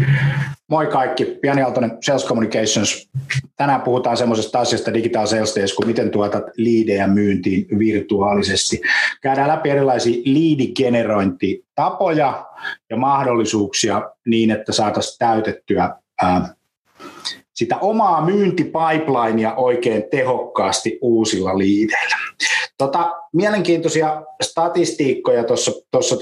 Moi kaikki, Jani Aaltonen, Sales Communications. Tänään puhutaan semmoisesta asiasta Digital Sales Days, kuin miten tuotat liidejä myyntiin virtuaalisesti. Käydään läpi erilaisia liidigenerointitapoja ja mahdollisuuksia niin, että saataisiin täytettyä sitä omaa myyntipipelinea oikein tehokkaasti uusilla liideillä. Mielenkiintoisia statistiikkoja tuossa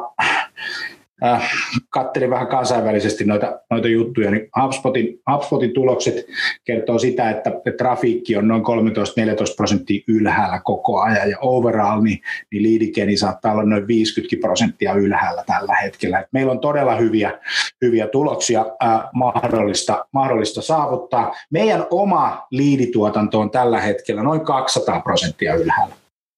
katselin vähän kansainvälisesti noita juttuja, niin HubSpotin tulokset kertoo sitä, että trafiikki on noin 13-14% ylhäällä koko ajan, ja overall niin liidikeni saattaa olla noin 50% ylhäällä tällä hetkellä. Et meillä on todella hyviä tuloksia mahdollista saavuttaa. Meidän oma liidituotanto on tällä hetkellä noin 200% ylhäällä.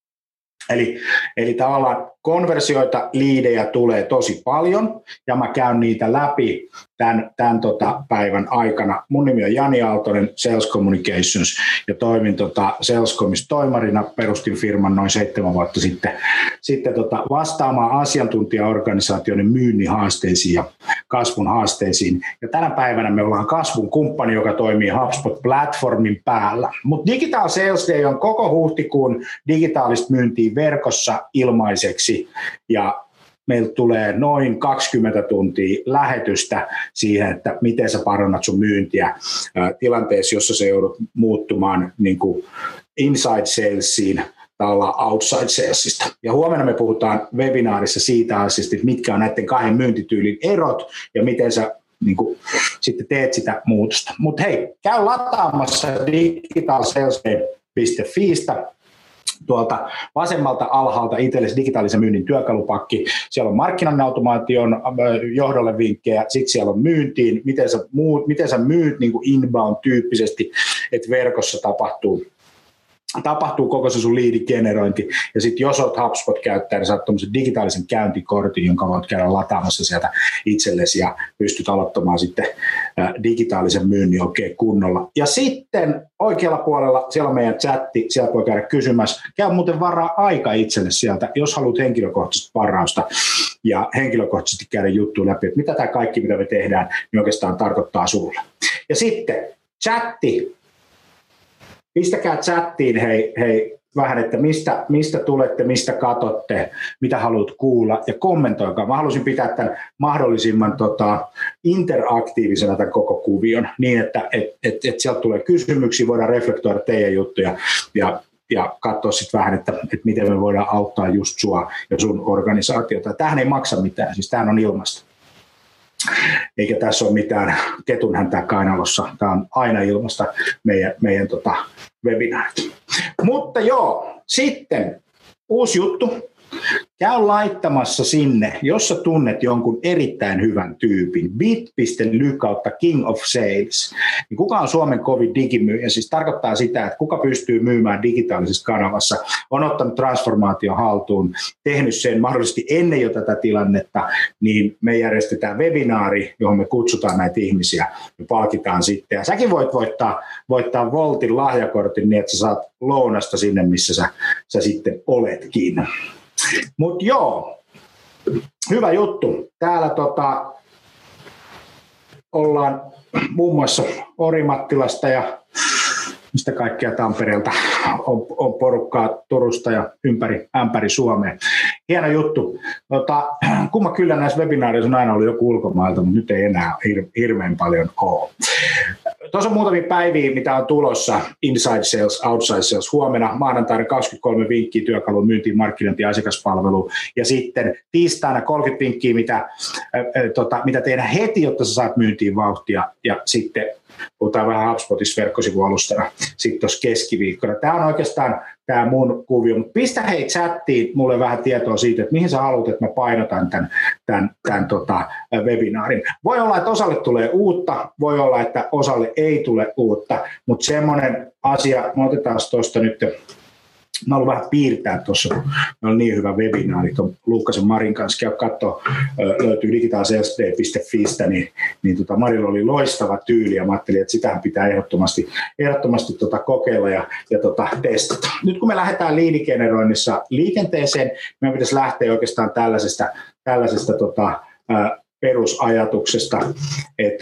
Eli tavallaan konversioita, liidejä tulee tosi paljon, ja mä käyn niitä läpi tämän päivän aikana. Mun nimi on Jani Aaltonen, Sales Communications, ja toimin Salescomissa toimarina. Perustin firman noin 7 vuotta sitten vastaamaan asiantuntijaorganisaatioiden myynnin haasteisiin ja kasvun haasteisiin. Ja tänä päivänä me ollaan kasvun kumppani, joka toimii HubSpot-platformin päällä. Mutta Digital Sales Day on koko huhtikuun digitaalista myyntiä verkossa ilmaiseksi, ja meillä tulee noin 20 tuntia lähetystä siihen, että miten sä parannat sun myyntiä tilanteessa, jossa sä joudut muuttumaan niin kuin inside salesiin tai ollaan outside salesista. Ja huomenna me puhutaan webinaarissa siitä asiasta, että mitkä on näiden kahden myyntityylin erot ja miten sä niin kuin, sitten teet sitä muutosta. Mutta hei, käy lataamassa digitalsalesday.fiistä. Tuolta vasemmalta alhaalta itsellesi digitaalisen myynnin työkalupakki. Siellä on markkinoinnin automaation johdolle vinkkejä, sitten siellä on myyntiin, miten sä myyt niin kuin inbound-tyyppisesti, että verkossa tapahtuu koko se sun liidigenerointi, ja sitten jos olet HubSpot-käyttäjä, niin saat tuommoisen digitaalisen käyntikortin, jonka voit käydä lataamassa sieltä itsellesi, ja pystyt aloittamaan sitten digitaalisen myynnin oikein kunnolla. Ja sitten oikealla puolella siellä on meidän chatti, siellä voi käydä kysymässä. Käy muuten varaa aika itselle sieltä, jos haluat henkilökohtaista parausta ja henkilökohtaisesti käydä juttuja läpi, että mitä tämä kaikki, mitä me tehdään, niin oikeastaan tarkoittaa sulle. Ja sitten chatti. Pistäkää chattiin hei vähän, että mistä tulette, mistä katsotte, mitä haluat kuulla, ja kommentoikaa. Mä haluaisin pitää tämän mahdollisimman interaktiivisena tämän koko kuvion, niin että sieltä tulee kysymyksiä, voidaan reflektoida teidän juttuja ja katsoa sitten vähän, että miten me voidaan auttaa just sua ja sun organisaatiota. Tämähän ei maksa mitään, siis tämähän on ilmasta. Eikä tässä ole mitään ketunhäntää kainalossa. Tämä on aina ilmasta meidän webinaarit. Mutta joo, sitten uusi juttu. Käy laittamassa sinne, jos sä tunnet jonkun erittäin hyvän tyypin, bit.ly/kautta King of Sales. Niin kuka on Suomen kovin digimyyjä? Siis tarkoittaa sitä, että kuka pystyy myymään digitaalisessa kanavassa, on ottanut transformaation haltuun, tehnyt sen mahdollisesti ennen jo tätä tilannetta, niin me järjestetään webinaari, johon me kutsutaan näitä ihmisiä ja palkitaan sitten. Ja säkin voit voittaa Voltin lahjakortin niin, että sä saat lounasta sinne, missä sä sitten oletkin. Mutta joo, hyvä juttu. Täällä ollaan muun muassa Orimattilasta ja mistä kaikkea Tampereelta on porukkaa Turusta ja ämpäri Suomea. Hieno juttu. Kumma kyllä näissä webinaareissa on aina ollut joku ulkomailta, mutta nyt ei enää hirveän paljon ole. Tuossa on muutamia päiviä, mitä on tulossa Inside Sales, Outside Sales huomenna. Maanantaina 23 vinkkiä työkalun myyntiin, markkinointiin ja asiakaspalveluun. Ja sitten tiistaina 30 vinkkiä, mitä tehdä heti, jotta sä saat myyntiin vauhtia. Ja sitten puhutaan vähän HubSpotissa verkkosivualustana sitten tuossa keskiviikkona. Tämä on oikeastaan tämä mun kuvio. Pistä hei chattiin mulle vähän tietoa siitä, että mihin sä haluat, että mä painotan tämän webinaarin. Voi olla, että osalle tulee uutta, voi olla, että osalle ei tule uutta, mutta semmoinen asia, me otetaan tuosta nyt. Mä haluan vähän piirtää tuossa, meillä on niin hyvä webinaari tuon Luukkasen Marin kanssa, käy katsoa, löytyy digitalsalesday.fiistä, niin Marilla oli loistava tyyli, ja mä ajattelin, että sitähän pitää ehdottomasti kokeilla ja testata. Nyt kun me lähdetään liidigeneroinnissa liikenteeseen, meidän pitäisi lähteä oikeastaan tällaisesta perusajatuksesta, että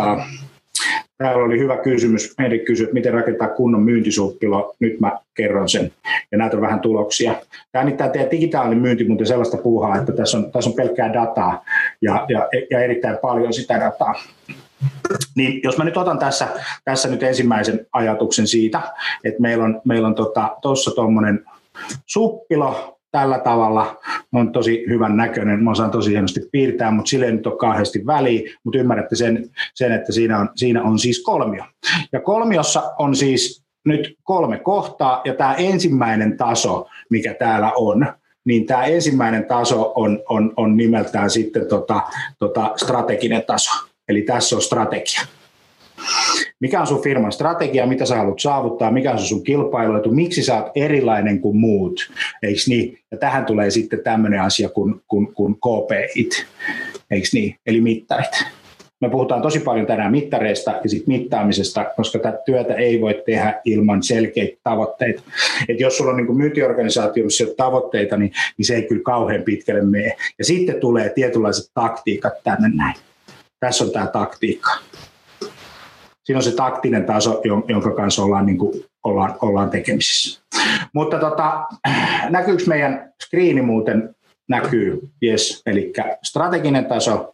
täällä oli hyvä kysymys. Henrik kysyi, että miten rakentaa kunnon myyntisuppilo. Nyt mä kerron sen ja näytän vähän tuloksia. Tämä teidän digitaalinen myynti muuten sellaista puuhaa, että tässä on pelkkää dataa ja erittäin paljon sitä dataa. Niin jos mä nyt otan tässä nyt ensimmäisen ajatuksen siitä, että meillä on tuossa tuommoinen suppilo, tällä tavalla on tosi hyvän näköinen, mä osaan tosi hienosti piirtää, mutta sillä ei nyt ole kauheasti väliä, mutta ymmärrätte sen että siinä on siis kolmio. Ja kolmiossa on siis nyt 3 kohtaa, ja tämä ensimmäinen taso, mikä täällä on, niin tämä ensimmäinen taso on nimeltään sitten strateginen taso. Eli tässä on strategia. Mikä on sun firman strategia, mitä sä haluat saavuttaa, mikä on sun kilpailuetu, miksi sä oot erilainen kuin muut, eikö niin? Ja tähän tulee sitten tämmöinen asia kuin KPIt, eikö niin? Eli mittarit. Me puhutaan tosi paljon tänään mittareista ja sit mittaamisesta, koska tätä työtä ei voi tehdä ilman selkeitä tavoitteita. Et jos sulla on niin kuin myyntiorganisaatio, missä ei ole tavoitteita, niin se ei kyllä kauhean pitkälle mene. Ja sitten tulee tietynlaiset taktiikat tänne näin. Tässä on tämä taktiikka. Siinä on se taktinen taso, jonka kanssa ollaan tekemisissä. Mutta näkyykö meidän screeni muuten? Näkyy, yes. Eli strateginen taso,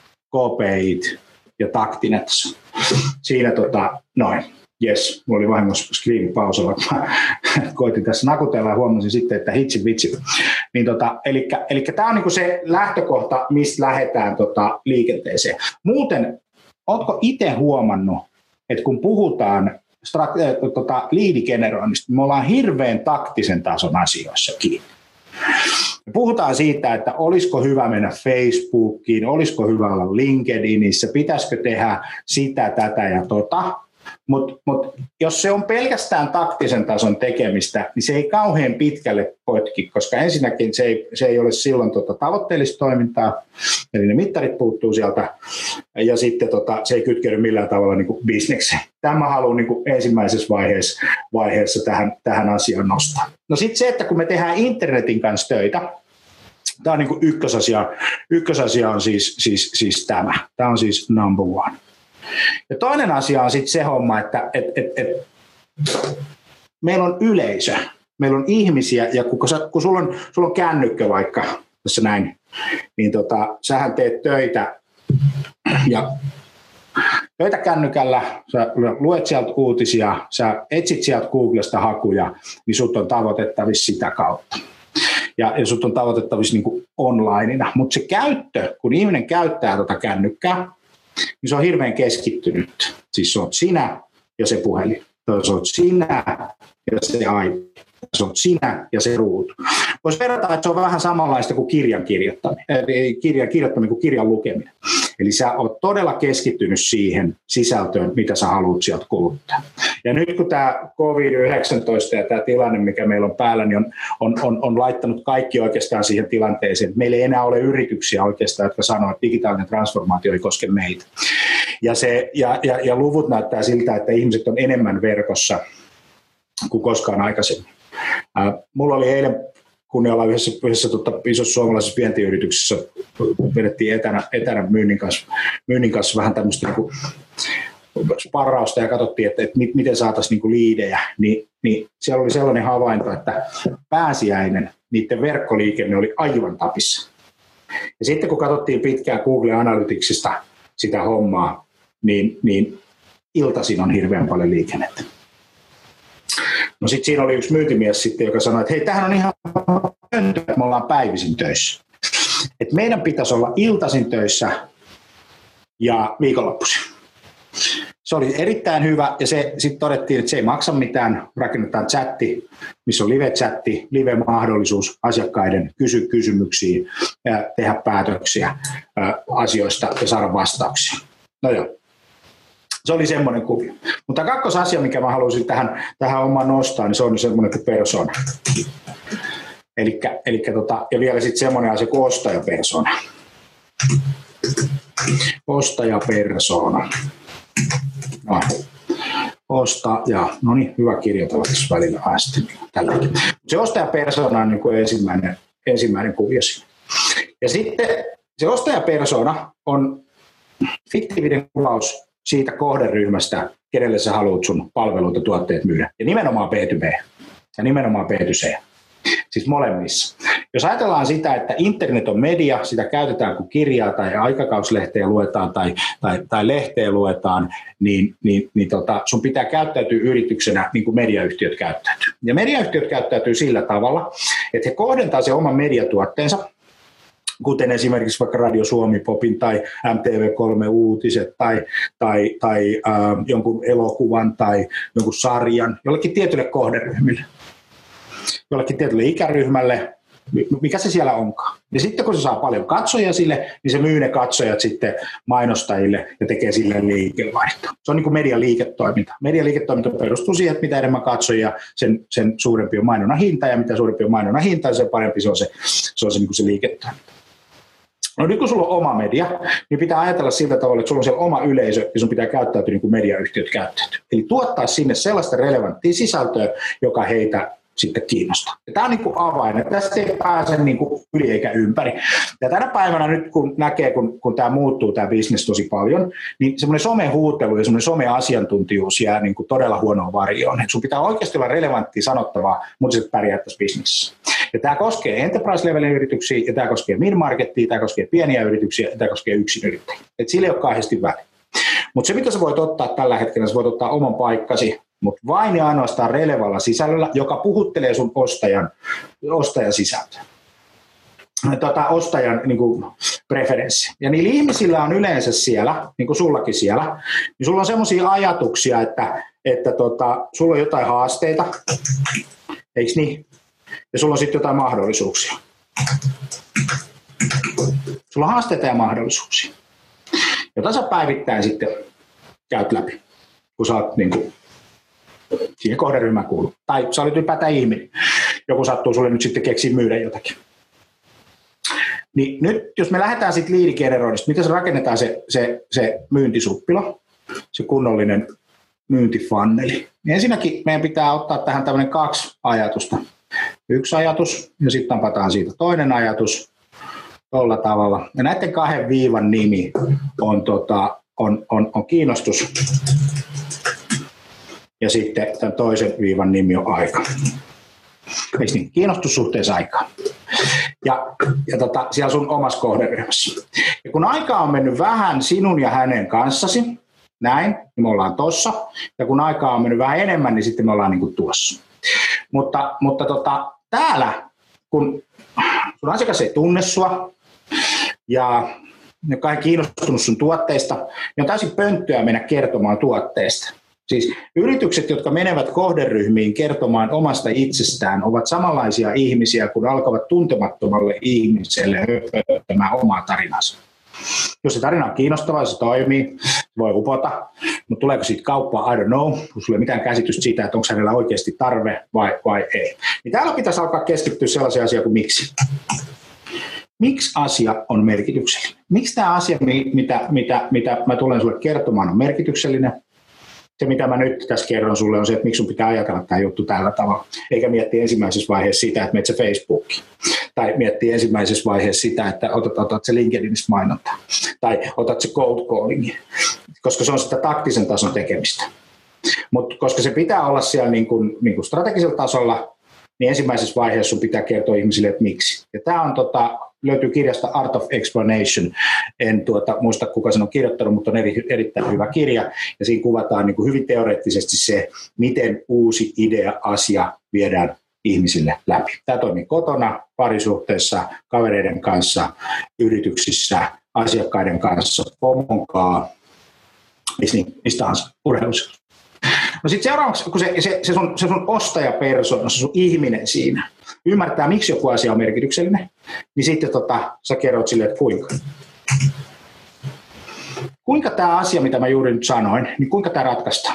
KPIt ja taktinen taso. Siinä noin. Yes, mulla oli vahingossa screeni pausalla. Koitin tässä nakutella ja huomasin sitten, että hitsi vitsi. Niin eli tämä on niinku se lähtökohta, mistä lähdetään liikenteeseen. Muuten, ootko itse huomannut, että kun puhutaan liidigeneroinnista, me ollaan hirveän taktisen tason asioissa kiinni. Me puhutaan siitä, että olisiko hyvä mennä Facebookiin, olisiko hyvä olla LinkedInissä, pitäisikö tehdä sitä, tätä ja Mutta jos se on pelkästään taktisen tason tekemistä, niin se ei kauhean pitkälle potki, koska ensinnäkin se ei ole silloin tavoitteellista toimintaa, eli ne mittarit puuttuu sieltä, ja sitten se ei kytkeydy millään tavalla niin kuin bisnekseen. Tämä haluan niin kuin ensimmäisessä vaiheessa tähän asiaan nostaa. No sitten se, että kun me tehdään internetin kanssa töitä, tämä on niin kuin ykkösasia. Ykkösasia on siis tämä. Tämä on siis number one. Ja toinen asia on sitten se homma, että meillä on yleisö, meillä on ihmisiä, ja kun sulla on kännykkä vaikka tässä näin, niin sähän teet töitä kännykällä, sä luet sieltä uutisia, sä etsit sieltä Googlesta hakuja, niin sut on tavoitettavissa sitä kautta. Ja sut on tavoitettavissa niin kuin onlineina, mutta se käyttö, kun ihminen käyttää kännykkää, niin se on hirveän keskittynyt. Siis se on sinä ja se puhelin. Se on sinä ja se iPad. Se on sinä ja se ruutu. Voisi verrata, että se on vähän samanlaista kuin kirjan kirjoittaminen kuin kirjan lukeminen. Eli sä oot todella keskittynyt siihen sisältöön, mitä sä haluat sieltä kuluttaa. Ja nyt kun tämä COVID-19 ja tämä tilanne, mikä meillä on päällä, niin on laittanut kaikki oikeastaan siihen tilanteeseen. Meillä ei enää ole yrityksiä oikeastaan, jotka sanoo, että digitaalinen transformaatio ei koske meitä. Ja luvut näyttää siltä, että ihmiset on enemmän verkossa kuin koskaan aikaisemmin. Mulla oli eilen kunnialla yhdessä isossa suomalaisessa vientiyrityksessä, vedettiin etänä myynnin kanssa vähän tämmöistä niin sparrausta ja katsottiin, että miten saataisiin niin liidejä, niin siellä oli sellainen havainto, että pääsiäinen, niiden verkkoliikenne oli aivan tapissa. Ja sitten kun katsottiin pitkään Google Analyticsista sitä hommaa, niin iltaisin on hirveän paljon liikennettä. No sitten siinä oli yksi myyntimies sitten, joka sanoi, että hei, tämähän on ihan pöntö, että me ollaan päivisin töissä. Et meidän pitäisi olla iltaisin töissä ja viikonloppuisin. Se oli erittäin hyvä ja sitten todettiin, että se ei maksa mitään. Rakennetaan chatti, missä on live-chatti, live-mahdollisuus asiakkaiden kysyä kysymyksiä ja tehdä päätöksiä asioista ja saada vastauksia. No joo. Se oli semmoinen kuvio. Mutta kakkosasia, mikä mä haluaisin tähän omaan nostaa, niin se on semmoinen kuin persona. Ja vielä sitten semmoinen asia kuin ostajapersona. Ostajapersona. No niin, hyvä kirjoitella tässä välillä asti. Tälläkin. Se ostajapersona on niin kuin ensimmäinen kuvio. Ja sitten se ostajapersona on fiktiivinen kuvaus siitä kohderyhmästä, kenelle sä haluat sun palveluita, tuotteet myydä. Ja nimenomaan B2B ja nimenomaan B2C. Siis molemmissa. Jos ajatellaan sitä, että internet on media, sitä käytetään kun kirjaa tai aikakauslehteä luetaan tai lehteä luetaan, niin sun pitää käyttäytyä yrityksenä niin kuin mediayhtiöt käyttäytyy. Ja mediayhtiöt käyttäytyy sillä tavalla, että he kohdentaa sen oman mediatuotteensa, kuten esimerkiksi vaikka Radio Suomi Popin tai MTV3 Uutiset tai jonkun elokuvan tai jonkun sarjan jollekin tietylle kohderyhmille, jollekin tietylle ikäryhmälle, mikä se siellä onkaan. Ja sitten kun se saa paljon katsojia sille, niin se myy ne katsojat sitten mainostajille ja tekee sille liikevaihtoa. Se on niin kuin medialiiketoiminta. Medialiiketoiminta perustuu siihen, että mitä enemmän katsojia, sen suurempi on mainonnan hinta, ja mitä suurempi on mainonnan hinta, sen parempi se on niin kuin se liiketoiminta. No nyt kun sulla on oma media, niin pitää ajatella sillä tavalla, että sulla on siellä oma yleisö ja sun pitää käyttäytyä niin kuin mediayhtiöt käyttäytyy. Eli tuottaa sinne sellaista relevanttia sisältöä, joka heitä sitten kiinnostaa. Ja tämä on niin kuin avain, että tästä ei pääse niin kuin yli eikä ympäri. Ja tänä päivänä nyt kun näkee, kun tämä muuttuu tämä business tosi paljon, niin semmoinen somehuutelu ja semmoinen someasiantuntijuus jää niin kuin todella huonoon varjoon. Et sun pitää oikeasti olla relevanttia sanottavaa, mutta se pärjää tässä businessissä. Ja tämä koskee enterprise-levelin yrityksiä, ja tämä koskee mid-markettia, tämä koskee pieniä yrityksiä, ja tämä koskee yksinyrittäjiä. Et sillä ei ole kahdesti väliä. Mutta se, mitä sä voit ottaa tällä hetkellä, sä voit ottaa oman paikkasi, mutta vain ja ainoastaan relevalla sisällöllä, joka puhuttelee sun ostajan sisältöä. Ostajan niin kuin preferenssi. Ja niillä ihmisillä on yleensä siellä, niin kuin sullakin siellä, niin sulla on semmoisia ajatuksia, että sulla on jotain haasteita, eikö niin? Ja sulla on sitten jotain mahdollisuuksia. Sulla on haasteita ja mahdollisuuksia, jota sä päivittäin sitten käyt läpi, kun sä oot niin kuin siihen kohderyhmään kuuluu. Tai sä olet ylipäätään ihminen. Joku sattuu sulle nyt sitten keksiä myydä jotakin. Niin nyt, jos me lähdetään sitten liidigeneroinnista, miten se rakennetaan se myyntisuppila, se kunnollinen myyntifanneli. Niin ensinnäkin meidän pitää ottaa tähän tämmöinen 2 ajatusta. Yksi ajatus ja sitten napataan siitä toinen ajatus tuolla tavalla. Ja näiden 2 viivan nimi on kiinnostus. Ja sitten tämän toisen viivan nimi on aika. Eikö niin? Kiinnostus suhteessa aikaan. Ja siellä sun omassa kohderyhmässä. Ja kun aikaa on mennyt vähän sinun ja hänen kanssasi, näin, niin me ollaan tossa. Ja kun aikaa on mennyt vähän enemmän, niin sitten me ollaan niin kuin tuossa. Mutta täällä, kun sun asiakas ei tunne sua ja joka ei kiinnostunut sun tuotteista, niin on täysin pönttöä mennä kertomaan tuotteista. Siis yritykset, jotka menevät kohderyhmiin kertomaan omasta itsestään, ovat samanlaisia ihmisiä, kun alkavat tuntemattomalle ihmiselle höpöttämään omaa tarinansa. Jos se tarina on kiinnostava, se toimii, voi upota, mutta tuleeko siitä kauppaa, I don't know, kun sulla ei mitään käsitystä siitä, että onko hänellä oikeasti tarve vai ei. Niin täällä pitäisi alkaa keskittyä sellaisia asioita kuin miksi. Miksi asia on merkityksellinen? Miksi tämä asia, mitä mä tulen sulle kertomaan, on merkityksellinen? Se, mitä mä nyt tässä kerron sulle, on se, että miksi sun pitää ajatella tämä juttu tällä tavalla. Eikä miettiä ensimmäisessä vaiheessa sitä, että menet se Facebookiin. Tai miettiä ensimmäisessä vaiheessa sitä, että otat se LinkedInistä mainontaa. Tai otat se cold callingin. Koska se on sitä taktisen tason tekemistä. Mutta koska se pitää olla siellä niin kuin strategisella tasolla, niin ensimmäisessä vaiheessa sun pitää kertoa ihmisille, että miksi. Ja tämä on löytyy kirjasta Art of Explanation. En muista, kuka sen on kirjoittanut, mutta on erittäin hyvä kirja. Ja siinä kuvataan niin kuin hyvin teoreettisesti se, miten uusi idea, asia viedään ihmisille läpi. Tämä toimii kotona, parisuhteessa, kavereiden kanssa, yrityksissä, asiakkaiden kanssa, pomon kanssa, mistä tahansa, urheilussa. No sitten seuraavaksi, kun se sun ostajapersona, se sun ihminen siinä, ymmärtää, miksi joku asia on merkityksellinen, niin sitten sä kerrot sille, että kuinka. Kuinka tämä asia, mitä mä juuri nyt sanoin, niin kuinka tämä ratkaistaan?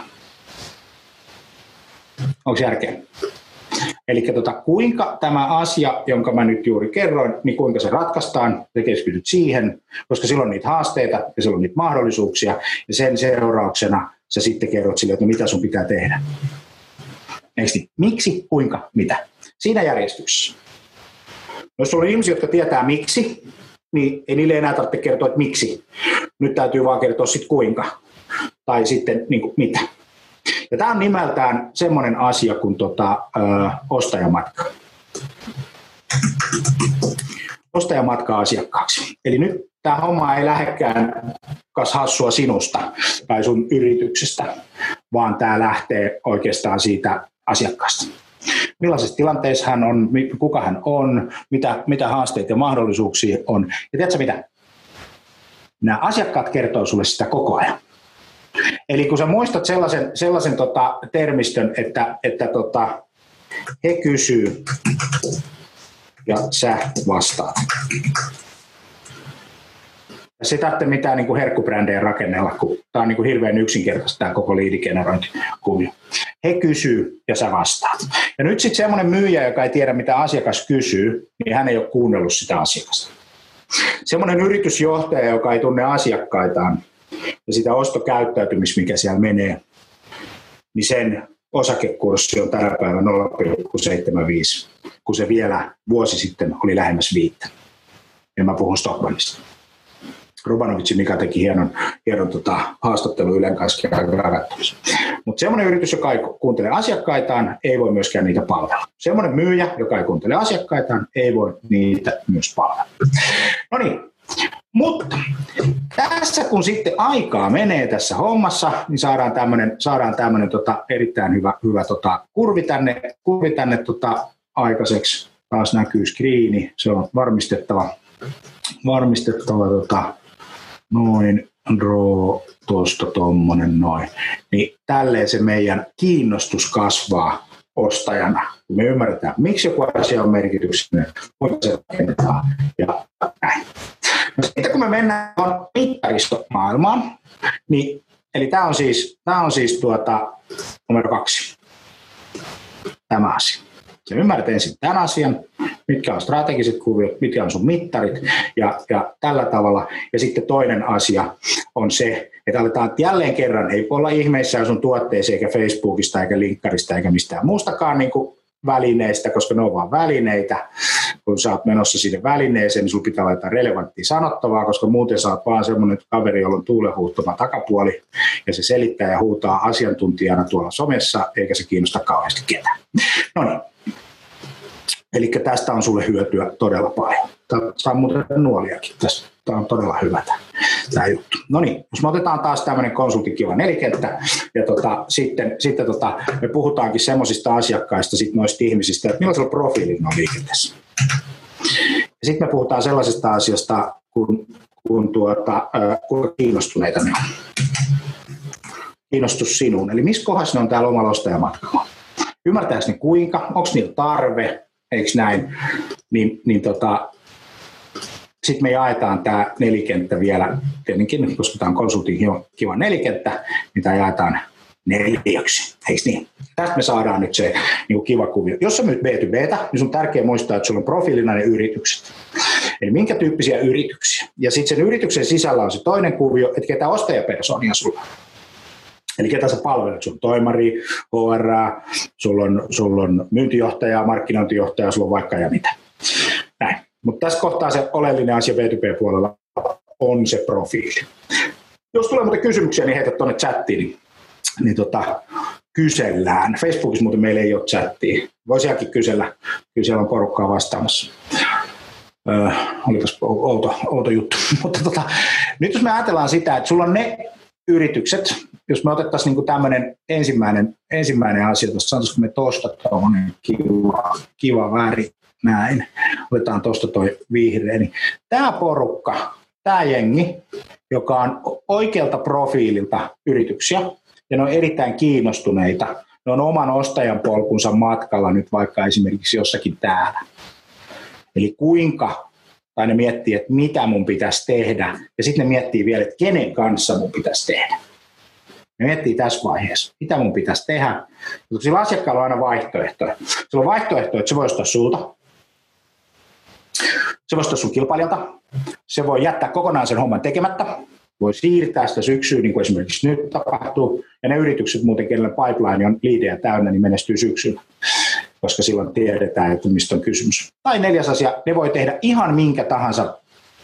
Onko järkeä? Eli kuinka tämä asia, jonka mä nyt juuri kerroin, niin kuinka se ratkaistaan, te keskityt siihen, koska silloin on niitä haasteita ja silloin on niitä mahdollisuuksia, ja sen seurauksena sä sitten kerrot sille, että no mitä sun pitää tehdä. Miksi, kuinka, mitä? Siinä järjestyksessä. Jos sulla on ihmisiä, jotka tietää miksi, niin ei niille enää tarvitse kertoa, että miksi. Nyt täytyy vaan kertoa sitten kuinka. Tai sitten niin kuin mitä. Ja tämä on nimeltään semmoinen asia kuin ostajamatka. Ostajamatka asiakkaaksi. Eli nyt tämä homma ei lähdekään kas hassua sinusta tai sun yrityksestä, vaan tämä lähtee oikeastaan siitä asiakkaasta. Millaisessa tilanteessa hän on, kuka hän on, mitä haasteita ja mahdollisuuksia on. Ja tiedätkö mitä? Nämä asiakkaat kertoo sulle sitä koko ajan. Eli kun sä muistat sellaisen termistön, että he kysyy ja sä vastaat. Se ei tarvitse mitään niin kuin herkkubrändejä rakennella, kun tämä on niin kuin hirveän yksinkertaista tämä koko liidigenerointikuvio. He kysyy ja sä vastaat. Ja nyt sitten semmoinen myyjä, joka ei tiedä mitä asiakas kysyy, niin hän ei ole kuunnellut sitä asiakasta. Semmoinen yritysjohtaja, joka ei tunne asiakkaitaan ja sitä ostokäyttäytymistä, mikä siellä menee, niin sen osakekurssi on tänä päivänä 0,75, kun se vielä vuosi sitten oli lähemmäs 5. Ja mä puhun Stockmannista. Rubanovitsin Mika teki hienon haastattelun Ylen kanssa. Mutta semmoinen yritys, joka ei kuuntele asiakkaitaan, ei voi myöskään niitä palvella. Semmoinen myyjä, joka ei kuuntele asiakkaitaan, ei voi niitä myös palvella. No niin, mutta tässä kun sitten aikaa menee tässä hommassa, niin saadaan tämmöinen erittäin hyvä kurvi tänne aikaiseksi. Taas näkyy screeni, se on varmistettava noin, draw tuosta tommonen noin. Niin tälleen se meidän kiinnostus kasvaa ostajana. Me ymmärretään, miksi joku asia on merkityksellinen, kuinka se rakennetaan ja näin. No sitten kun me mennään mittaristomaailmaan, niin, eli tämä on siis numero 2, tämä asia. Sä ymmärrät ensin tämän asian, mitkä on strategiset kuviot, mitkä on sun mittarit ja tällä tavalla. Ja sitten toinen asia on se, että aletaan jälleen kerran, ei olla ihmeissään sun tuotteeseen eikä Facebookista eikä linkkarista eikä mistään muustakaan niin kuin välineistä, koska ne on vaan välineitä. Kun sä oot menossa sinne välineeseen, niin sulla pitää laittaa relevanttia sanottavaa, koska muuten sä oot vaan semmoinen kaveri, jolla on tuulenhuuhtoma takapuoli ja se selittää ja huutaa asiantuntijana tuolla somessa, eikä se kiinnosta kauheasti ketään. No niin. Eli tästä on sulle hyötyä todella paljon. Saa muuten nuoliakin tästä. Tämä on todella hyvä tämä juttu. No niin, jos me otetaan taas tämmöinen konsulttikiva nelikenttä, ja sitten me puhutaankin semmoisista asiakkaista, noista ihmisistä, että millaisella profiililla on liikenteessä. Ja sitten me puhutaan sellaisesta asiasta, kuinka kiinnostuneita ne on. Kiinnostus sinuun. Eli missä kohdassa ne on täällä omalla ostajamatkalla? Ymmärtääkö ne kuinka? Onko niillä tarve? Eikö näin? Sitten me jaetaan tämä nelikenttä vielä, tietenkin, koska tämä on konsultin kiva nelikenttä, niin tämä jaetaan 4. Eikö niin? Tästä me saadaan nyt se niin kiva kuvio. Jos sä myyt B2B:tä, niin sun on tärkeää muistaa, että sulla on profiilina ne yritykset. Eli minkä tyyppisiä yrityksiä. Ja sitten sen yrityksen sisällä on se toinen kuvio, että ketä ostajapersoonia sulla on. Eli ketä sä palvelet, sulla on toimari, HR, sulla on myyntijohtaja, markkinointijohtaja, sulla on vaikka ja mitä. Näin. Mutta tässä kohtaa se oleellinen asia B2B-puolella on se profiili. Jos tulee muuten kysymyksiä, niin heitä tuonne chattiin, niin kysellään. Facebookissa muuten meillä ei ole chattia. Voi sielläkin kysellä. Kyllä siellä on porukkaa vastaamassa. Olipas outo juttu. Mutta nyt jos me ajatellaan sitä, että sulla on ne yritykset, jos me otettaisiin niin kuin tämmöinen ensimmäinen asia, sanotaanko me tuosta tuommoinen kiva väri, näin, otetaan tuosta toi vihreä, niin tämä porukka, tämä jengi, joka on oikealta profiililta yrityksiä, ja ne on erittäin kiinnostuneita, ne on oman ostajan polkunsa matkalla nyt vaikka esimerkiksi jossakin täällä. Eli kuinka, tai ne miettii, että mitä mun pitäisi tehdä, ja sitten ne miettii vielä, että kenen kanssa mun pitäisi tehdä. Ne miettii tässä vaiheessa, mitä mun pitäisi tehdä. Mutta sillä asiakkaalla on aina vaihtoehtoja. Sillä on vaihtoehtoja, että se voi ostaa sulta, se voi ostaa sun kilpailijalta, se voi jättää kokonaan sen homman tekemättä, voi siirtää sitä syksyyn, niin kuin esimerkiksi nyt tapahtuu, ja ne yritykset muuten, kenellä pipeline on liidejä täynnä, niin menestyy syksyllä, koska silloin tiedetään, että mistä on kysymys. Tai 4. asia, ne voi tehdä ihan minkä tahansa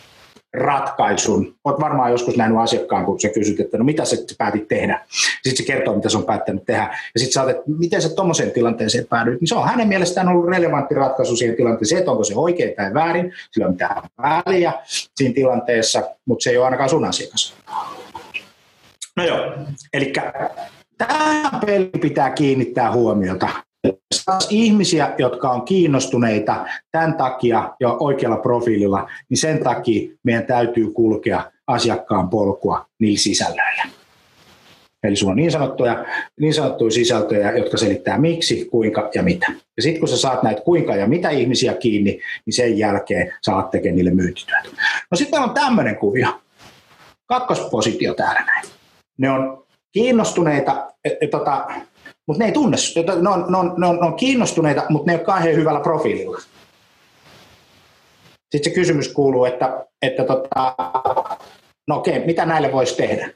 ratkaisun. Olet varmaan joskus nähnyt asiakkaan, kun sä kysyt, että no mitä sä päätit tehdä. Sitten se kertoo, mitä se on päättänyt tehdä. Ja sitten sä olet, että miten sä tommoseen tilanteeseen päädyit. Niin se on hänen mielestään ollut relevantti ratkaisu siihen tilanteeseen, että onko se oikein tai väärin. Sillä on mitään väliä siinä tilanteessa, mutta se ei ole ainakaan sun asiakas. No joo, eli tämä peli pitää kiinnittää huomiota. Ihmisiä, jotka on kiinnostuneita tämän takia jo oikealla profiililla, niin sen takia meidän täytyy kulkea asiakkaan polkua niillä sisällöillä. Eli sulla on niin sanottuja sisältöjä, jotka selittää miksi, kuinka ja mitä. Ja sitten kun sä saat näitä kuinka ja mitä ihmisiä kiinni, niin sen jälkeen sä alat tekemään niille myyntityötä. No sitten meillä on tämmöinen kuvio. Kakkospositio täällä näin. Ne on kiinnostuneita, mutta ne ei tunne, ne on kiinnostuneita, mutta ne ei ole kauhean hyvällä profiililla. Sitten se kysymys kuuluu, että no okei, mitä näille voisi tehdä?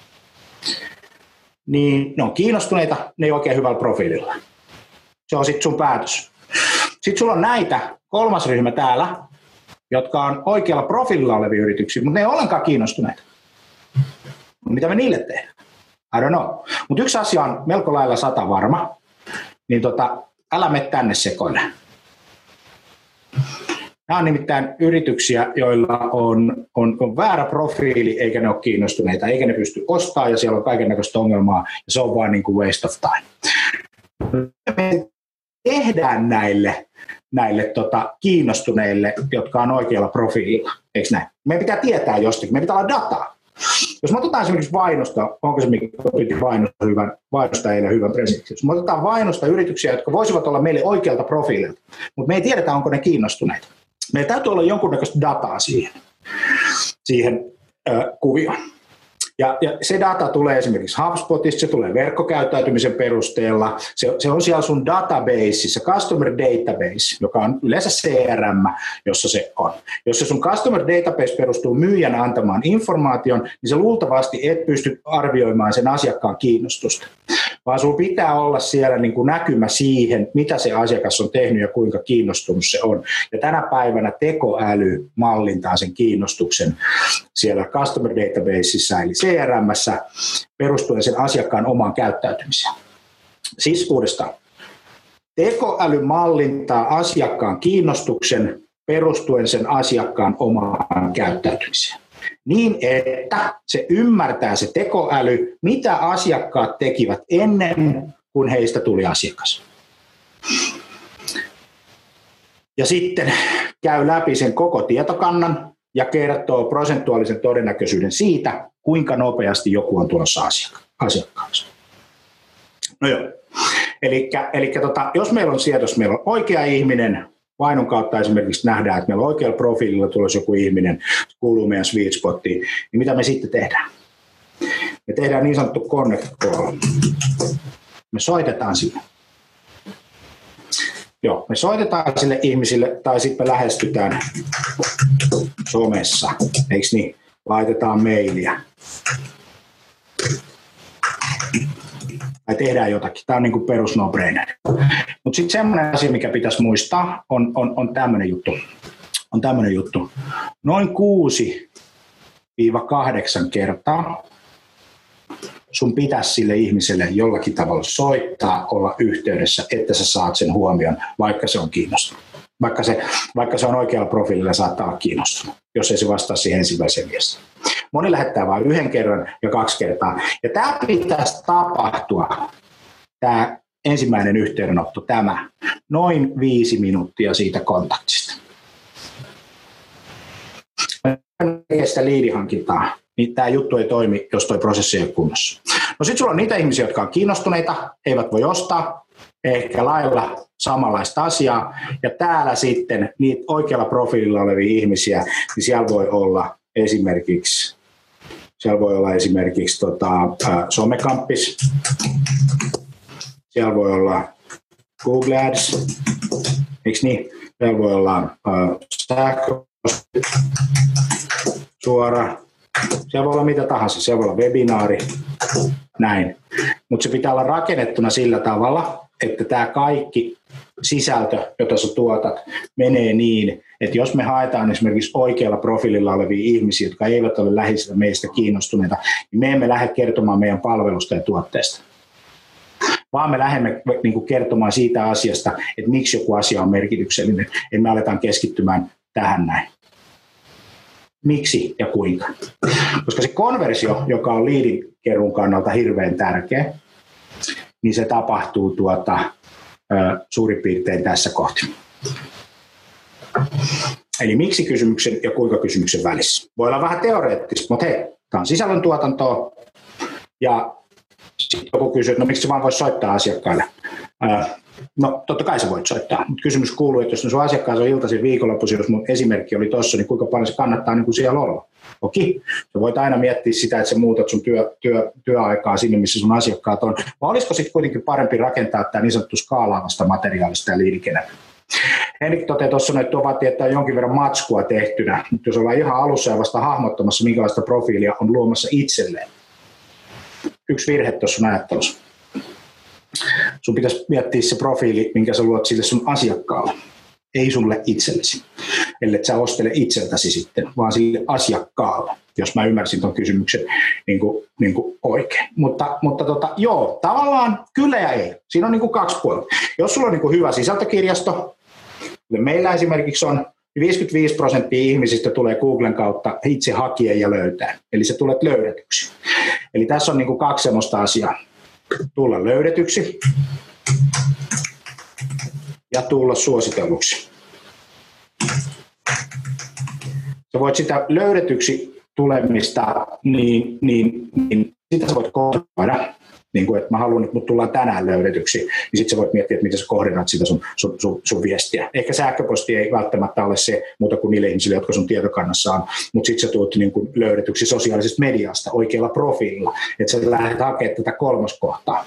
Niin ne on kiinnostuneita, ne ei ole oikein hyvällä profiililla. Se on sitten sun päätös. Sitten sulla on näitä, kolmas ryhmä täällä, jotka on oikealla profiililla olevia yrityksiä, mutta ne ei ole ollenkaan kiinnostuneita. Mitä me niille tehdään? I don't know. Mutta yksi asia on melko lailla satavarma, niin älä mene tänne sekoille. Nämä on nimittäin yrityksiä, joilla on väärä profiili, eikä ne ole kiinnostuneita, eikä ne pysty ostamaan, ja siellä on kaikennäköistä ongelmaa, ja se on vain niin kuin waste of time. Me tehdään näille kiinnostuneille, jotka on oikealla profiililla, eikö näin? Meidän pitää tietää jostakin, meidän pitää olla dataa. Jos me otetaan esimerkiksi Vainosta, onko se Vainosta eilen hyvän presentin, jos me otetaan Vainosta yrityksiä, jotka voisivat olla meille oikealta profiililta, mutta me ei tiedetä, onko ne kiinnostuneita. Meillä täytyy olla jonkunnäköistä dataa siihen kuvioon. Ja se data tulee esimerkiksi HubSpotista, se tulee verkkokäyttäytymisen perusteella, se on siellä sun databaseissa, customer database, joka on yleensä CRM, jossa se on. Jos se sun customer database perustuu myyjän antamaan informaation, niin se luultavasti et pysty arvioimaan sen asiakkaan kiinnostusta, vaan sulla pitää olla siellä niin kuin näkymä siihen, mitä se asiakas on tehnyt ja kuinka kiinnostunut se on. Ja tänä päivänä tekoäly mallintaa sen kiinnostuksen siellä customer databaseissa, eli CRM:ssä perustuen sen asiakkaan omaan käyttäytymiseen. Siis uudestaan. Tekoäly mallintaa asiakkaan kiinnostuksen perustuen sen asiakkaan omaan käyttäytymiseen. Niin, että se ymmärtää se tekoäly, mitä asiakkaat tekivät ennen kuin heistä tuli asiakas. Ja sitten käy läpi sen koko tietokannan ja kertoo prosentuaalisen todennäköisyyden siitä, kuinka nopeasti joku on tulossa asiakkaaksi. No joo, eli jos meillä on sieltä, jos meillä on oikea ihminen, Vainon kautta esimerkiksi nähdään, että meillä on oikealla profiililla tulossa joku ihminen, kuuluu meidän sweet spottiin, niin mitä me sitten tehdään? Me tehdään niin sanottu connect call. Me soitetaan sille. Joo, me soitetaan sille ihmisille tai sitten me lähestytään somessa, eikö niin? Laitetaan mailia. Tai tehdään jotakin. Tämä on niin kuin perus no-brainer. Mutta sitten semmoinen asia, mikä pitäisi muistaa, on tämmöinen juttu. Noin 6-8 kertaa sun pitäisi sille ihmiselle jollakin tavalla soittaa, olla yhteydessä, että sä saat sen huomion, vaikka se on kiinnostunut. Vaikka se on oikealla profiililla, saattaa olla kiinnostunut, jos ei se vastaa siihen ensimmäiseen viestiin. Moni lähettää vain 1 kerran ja 2 kertaa. Ja tämä pitäisi tapahtua, tämä ensimmäinen yhteydenotto, tämä, noin 5 minuuttia siitä kontaktista. Sitä liidihankintaa, niin tämä juttu ei toimi, jos tuo prosessi ei ole kunnossa. No sitten sulla on niitä ihmisiä, jotka on kiinnostuneita, eivät voi ostaa, ehkä lailla samanlaista asiaa, ja täällä sitten niitä oikealla profiililla olevia ihmisiä, niin siellä voi olla esimerkiksi Somekamppis, siellä voi olla Google Ads, eikö niin? Siellä voi olla sähköposti, suora, siellä voi olla mitä tahansa, siellä voi olla webinaari, näin. Mutta se pitää olla rakennettuna sillä tavalla, että tämä kaikki sisältö, jota sä tuotat, menee niin, että jos me haetaan esimerkiksi oikealla profiililla olevia ihmisiä, jotka eivät ole lähisillä meistä kiinnostuneita, niin me emme lähde kertomaan meidän palvelusta ja tuotteesta, vaan me lähdemme niin kuin kertomaan siitä asiasta, että miksi joku asia on merkityksellinen, että me aletaan keskittymään tähän näin. Miksi ja kuinka? Koska se konversio, joka on leadin keruun kannalta hirveän tärkeä, niin se tapahtuu suurin piirtein tässä kohti. Eli miksi kysymyksen ja kuinka kysymyksen välissä. Voi olla vähän teoreettista, mutta hei, tämä on sisällöntuotantoa ja sitten joku kysyy, että no miksi se vaan voisi soittaa asiakkaille. No totta kai sä voit soittaa, mutta kysymys kuuluu, että jos sun asiakkaat on iltaisin viikonloppuisin, jos mun esimerkki oli tossa, niin kuinka paljon se kannattaa niin kuin siellä olla. Okei, sä voit aina miettiä sitä, että sä muutat sun työaikaa sinne, missä sun asiakkaat on. Vai olisiko sitten kuitenkin parempi rakentaa tämä niin sanottu skaalaavasta materiaalista ja liidikenellä? Henrik toteaa tuossa, että vaatii, että on jonkin verran matskua tehtynä, mutta jos ollaan ihan alussa ja vasta hahmottamassa, minkälaista profiilia on luomassa itselleen. Yksi virhe tuossa sun ajattelussa. Sun pitäisi miettiä se profiili, minkä sä luot sille sun asiakkaalle, ei sulle itsellesi. Ellei sä ostele itseltäsi sitten, vaan sille asiakkaalle, jos mä ymmärsin ton kysymyksen niin kuin oikein. Mutta joo, tavallaan kyllä ja ei. Siinä on niin kuin kaksi puolta. Jos sulla on niin kuin hyvä sisältökirjasto, kuten meillä esimerkiksi on, 55% ihmisistä tulee Googlen kautta itse hakien ja löytää. Eli se tulet löydetyksi. Eli tässä on niin kuin kaksi semmoista asiaa. Tulla löydetyksi ja tulla suositelluksi. Sä voit sitä löydetyksi tulemista, niin sitä sä voit kohdata. Niin kuin, että mä haluan, että mut tullaan tänään löydetyksi, niin sitten sä voit miettiä, että miten sä kohdennat sitä sun viestiä. Ehkä sähköposti ei välttämättä ole se muuta kuin niille ihmisille, jotka sun tietokannassa on, mutta sitten sä tulet niin kuin löydetyksi sosiaalisesta mediasta oikealla profiililla, että sä lähdet hakemaan tätä kolmoskohtaa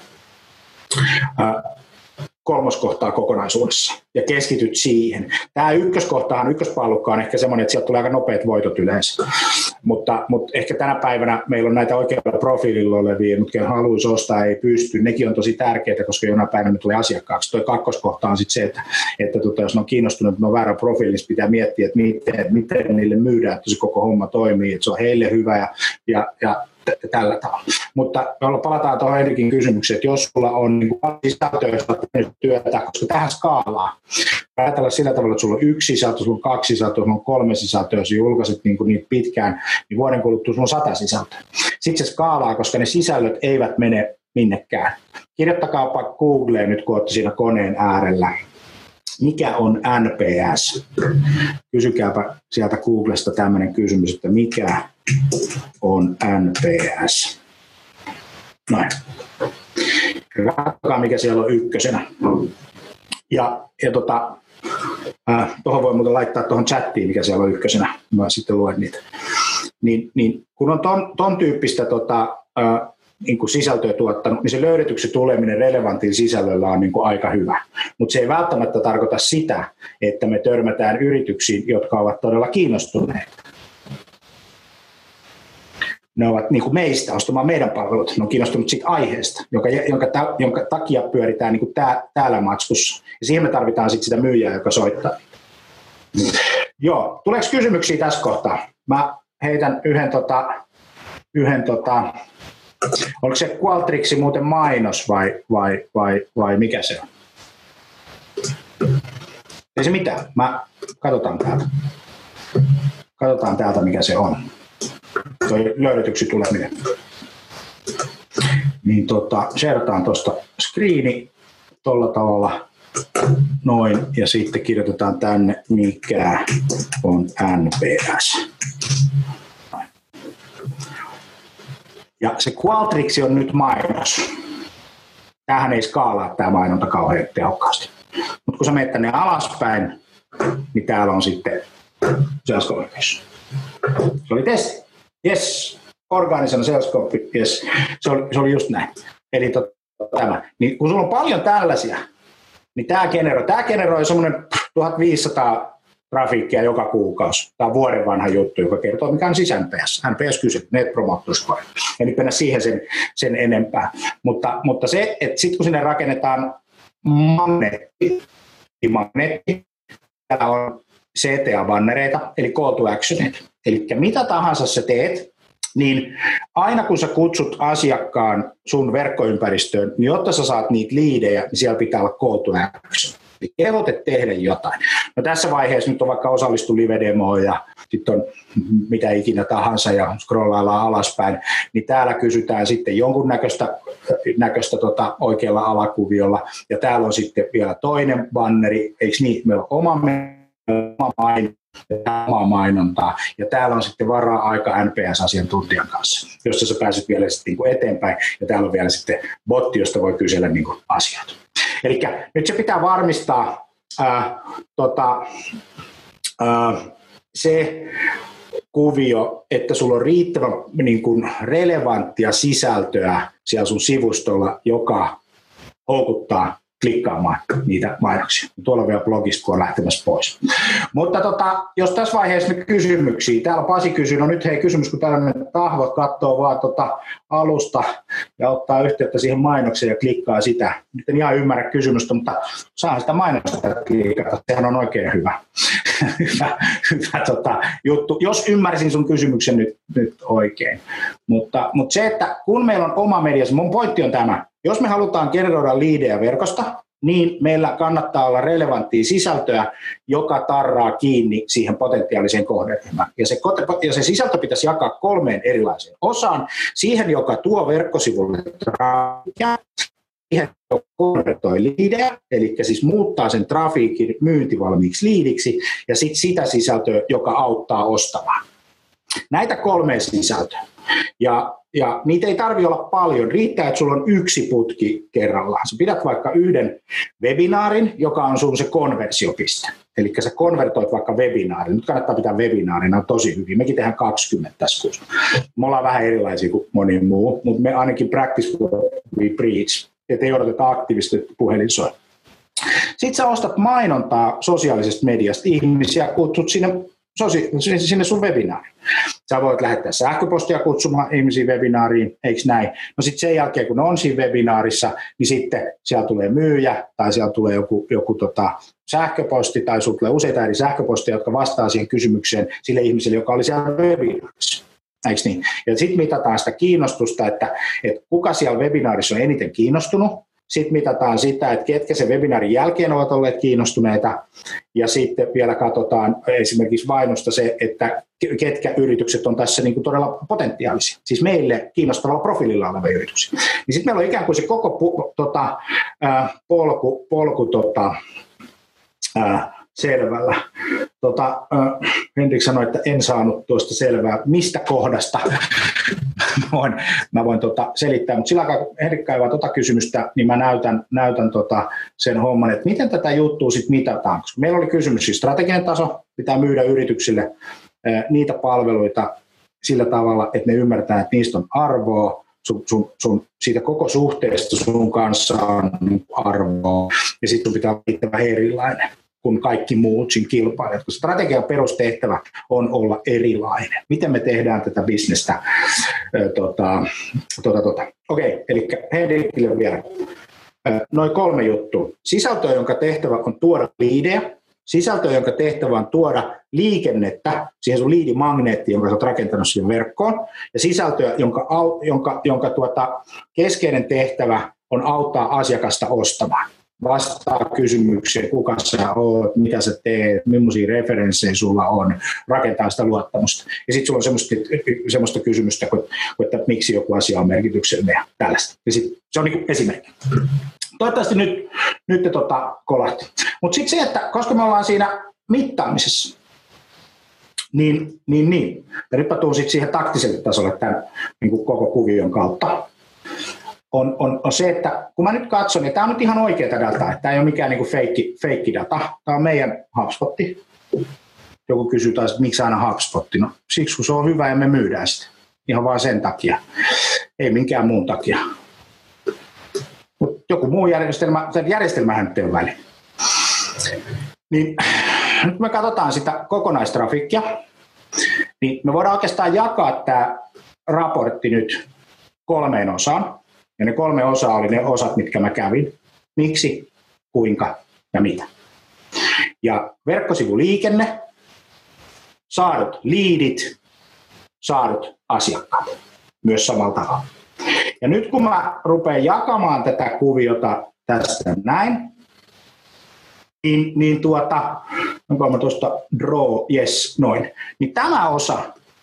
kokonaisuudessa ja keskityt siihen. Tämä ykköspallukka on ehkä semmoinen, että sieltä tulee aika nopeat voitot yleensä, mutta ehkä tänä päivänä meillä on näitä oikealla profiililla olevia, mutta haluaisi ostaa ei pysty. Nekin on tosi tärkeitä, koska jonain päivänä ne tulee asiakkaaksi. Tuo kakkoskohta on sitten se, että jos ne on kiinnostunut, että ne on väärä profiili, niin pitää miettiä, että miten niille myydään, että se koko homma toimii, että se on heille hyvä ja tällä tavalla. Mutta palataan tuohon Henrikin kysymykseen, että jos sulla on niin sisältöä, työtä, koska tähän skaalaa, ajatella sillä tavalla, että sulla on yksi sisältö, sulla on kaksi sisältöä, sulla on 3 sisältöä, jos julkaiset niitä pitkään, niin vuoden kuluttua sulla on 100 sisältöä. Sitten se skaalaa, koska ne sisällöt eivät mene minnekään. Kirjoittakaapa Googleen nyt, kun olette siinä koneen äärellä. Mikä on NPS? Kysykääpä sieltä Googlesta tämmöinen kysymys, että mikä on NPS? Noin. Katsokaa, mikä siellä on ykkösenä. Tuohon voi muuten laittaa tuohon chattiin, mikä siellä on ykkösenä. Mä sitten luen niitä. Niin, kun on ton tyyppistä niin kuin sisältöä tuottanut, niin se löydetyksi tuleminen relevantilla sisällöllä on niin kuin aika hyvä. Mutta se ei välttämättä tarkoita sitä, että me törmätään yrityksiin, jotka ovat todella kiinnostuneita. Ne ovat niin kuin meistä ostamaan meidän palvelut. Ne on kiinnostunut siitä aiheesta, jonka takia pyöritään niin kuin täällä matskussa. Ja siihen me tarvitaan sitten sitä myyjää, joka soittaa. Joo, tuleeko kysymyksiä tässä kohtaa? Mä heitän yhden oliko se Qualtrics muuten mainos vai mikä se on? Ei se mitään. Katsotaan täältä mikä se on. Toi löydetyksi tuleminen. Niin sharetaan tuosta screeni tuolla tavalla noin ja sitten kirjoitetaan tänne mikä on NPS. Ja se Qualtrics on nyt mainos. Tämähän ei skaalaa tämä mainonta kauhean tehokkaasti. Mutta kun sä menet tänne alaspäin, niin täällä on sitten Sales Communication. Se oli testi. Yes. Orgaanisena Sales Communication. Yes. Se oli just näin. Eli tämä. Niin kun sulla on paljon tällaisia, niin tämä generoi semmoinen 1500 trafiikkia joka kuukausi. Tämä on vuoden vanha juttu, joka kertoo, mikä on siis NPS. NPS kysyy, Net Promoter Score. Ei nyt mennä siihen sen enempää. Mutta se, että sitten kun sinne rakennetaan magneetti. Täällä on CTA-bannereita, eli call to actioneita. Eli mitä tahansa sä teet, niin aina kun sä kutsut asiakkaan sun verkkoympäristöön, niin jotta sä saat niitä liidejä, niin siellä pitää olla call to action. Eli kehote tehdä jotain. No tässä vaiheessa nyt on vaikka osallistu live-demoon ja sitten on mitä ikinä tahansa ja scrollaillaan alaspäin, niin täällä kysytään sitten jonkunnäköistä oikealla alakuviolla. Ja täällä on sitten vielä toinen banneri, eikö niin? Meillä on oma mainontaa. Ja täällä on sitten varaa-aika NPS-asiantuntijan kanssa, jossa sä pääset vielä sitten niin eteenpäin. Ja täällä on vielä sitten botti, josta voi kysellä niin asioita. Eli nyt se pitää varmistaa se kuvio, että sulla on riittävän niin kuin relevanttia sisältöä siellä sun sivustolla, joka houkuttaa klikkaamaan niitä mainoksia. Tuolla on vielä blogista, kun on lähtemässä pois. Mutta jos tässä vaiheessa nyt kysymyksiä, täällä Pasi kysyy, no nyt hei kysymys, kun täällä tahvot katsoo vaan alusta ja ottaa yhteyttä siihen mainokseen ja klikkaa sitä. Nyt en ihan ymmärrä kysymystä, mutta saa sitä mainosta klikata, sehän on oikein hyvä, hyvä juttu, jos ymmärsin sun kysymyksen nyt oikein. Mutta se, että kun meillä on oma media, mun pointti on tämä, jos me halutaan generoida liidejä verkosta, niin meillä kannattaa olla relevanttia sisältöä, joka tarraa kiinni siihen potentiaaliseen kohderyhmään. Ja se sisältö pitäisi jakaa 3 erilaiseen osaan. Siihen, joka tuo verkkosivulle trafiikkia, siihen, joka konvertoi liidejä, eli siis muuttaa sen trafiikin myyntivalmiiksi liidiksi, ja sitten sitä sisältöä, joka auttaa ostamaan. Näitä 3 sisältöä. Ja niitä ei tarvitse olla paljon. Riittää, että sulla on yksi putki kerrallaan. Sä pidät vaikka yhden webinaarin, joka on sun se konversiopiste. Eli sä konvertoit vaikka webinaarin. Nyt kannattaa pitää webinaarina, on tosi hyvin. Mekin tehdään 20 tässä kuussa. Me ollaan vähän erilaisia kuin moni muu, mutta me ainakin practice what we preach. Että ei odoteta aktiivisesti, että puhelin soi. Sitten sä ostat mainontaa sosiaalisesta mediasta. Ihmisiä kutsut sinne sun webinaariin. Sä voit lähettää sähköpostia kutsumaan ihmisiä webinaariin, eikö näin? No sitten sen jälkeen, kun ne on siinä webinaarissa, niin sitten siellä tulee myyjä tai siellä tulee joku sähköposti tai sinulla tulee useita eri sähköposteja, jotka vastaa siihen kysymykseen sille ihmiselle, joka oli siellä webinaarissa. Eikö niin? Ja sitten mitataan sitä kiinnostusta, että kuka siellä webinaarissa on eniten kiinnostunut. Sitten mitataan sitä, että ketkä se webinaarin jälkeen ovat olleet kiinnostuneita, ja sitten vielä katsotaan esimerkiksi vainosta se, että ketkä yritykset on tässä niin kuin todella potentiaalisia, siis meille kiinnostavalla profiililla olevia yrityksiä. Niin sitten meillä on ikään kuin se koko polku selvällä. Henrik sanoi, että en saanut tuosta selvää, mistä kohdasta mä voin selittää, mutta sillä aikaa, kun Henrik kaivaa kysymystä, niin mä näytän sen homman, että miten tätä juttua sitten mitataan. Koska meillä oli kysymys, siis strateginen taso, pitää myydä yrityksille niitä palveluita sillä tavalla, että ne ymmärtää, että niistä on arvoa, sun siitä koko suhteesta sun kanssa on arvoa, ja sitten sun pitää olla riittävän erilainen kuin kaikki muut siinä kilpailijat, koska strategian perustehtävä on olla erilainen. Miten me tehdään tätä bisnestä? Okei, eli Henrikille vielä. Noin 3 juttua. Sisältöä, jonka tehtävä on tuoda liidejä. Sisältöä, jonka tehtävä on tuoda liikennettä siihen sun liidimagneettiin, jonka sä oot rakentanut siihen verkkoon. Ja sisältöä, jonka keskeinen tehtävä on auttaa asiakasta ostamaan. Vastaa kysymykseen, kuka sä oot, mitä sä teet, millaisia referenssejä sulla on, rakentaa sitä luottamusta. Ja sitten sulla on semmoista kysymystä, että miksi joku asia on merkityksellinen ja tällaista. Ja sit, se on niin esimerkki. Toivottavasti nyt kolahti. Mutta sitten se, että koska me ollaan siinä mittaamisessa, niin. Ja nyt mä tuun sitten siihen taktiselle tasolle tämän niin kuin koko kuvion kautta. On se, että kun mä nyt katson, ja tämä on nyt ihan oikeaa dataa, että tämä ei ole mikään niin feikki data, tämä on meidän HubSpotti. Joku kysyy taas, että miksi aina HubSpotti? No siksi, kun se on hyvä ja me myydään sitä. Ihan vaan sen takia. Ei minkään muun takia. Mutta joku muu järjestelmähän nyt ei ole väliä. Niin, nyt me katsotaan sitä kokonaistrafiikkia, niin me voidaan oikeastaan jakaa tämä raportti nyt 3 osaan. Ja ne 3 osaa oli ne osat, mitkä mä kävin. Miksi? kuinka ja mitä. Ja verkkosivuliikenne, saadut liidit, saadut asiakkaat myös samalla tavalla. Ja nyt kun mä rupean jakamaan tätä kuviota tästä näin, onko mä tuosta draw, yes, noin, niin tämä osa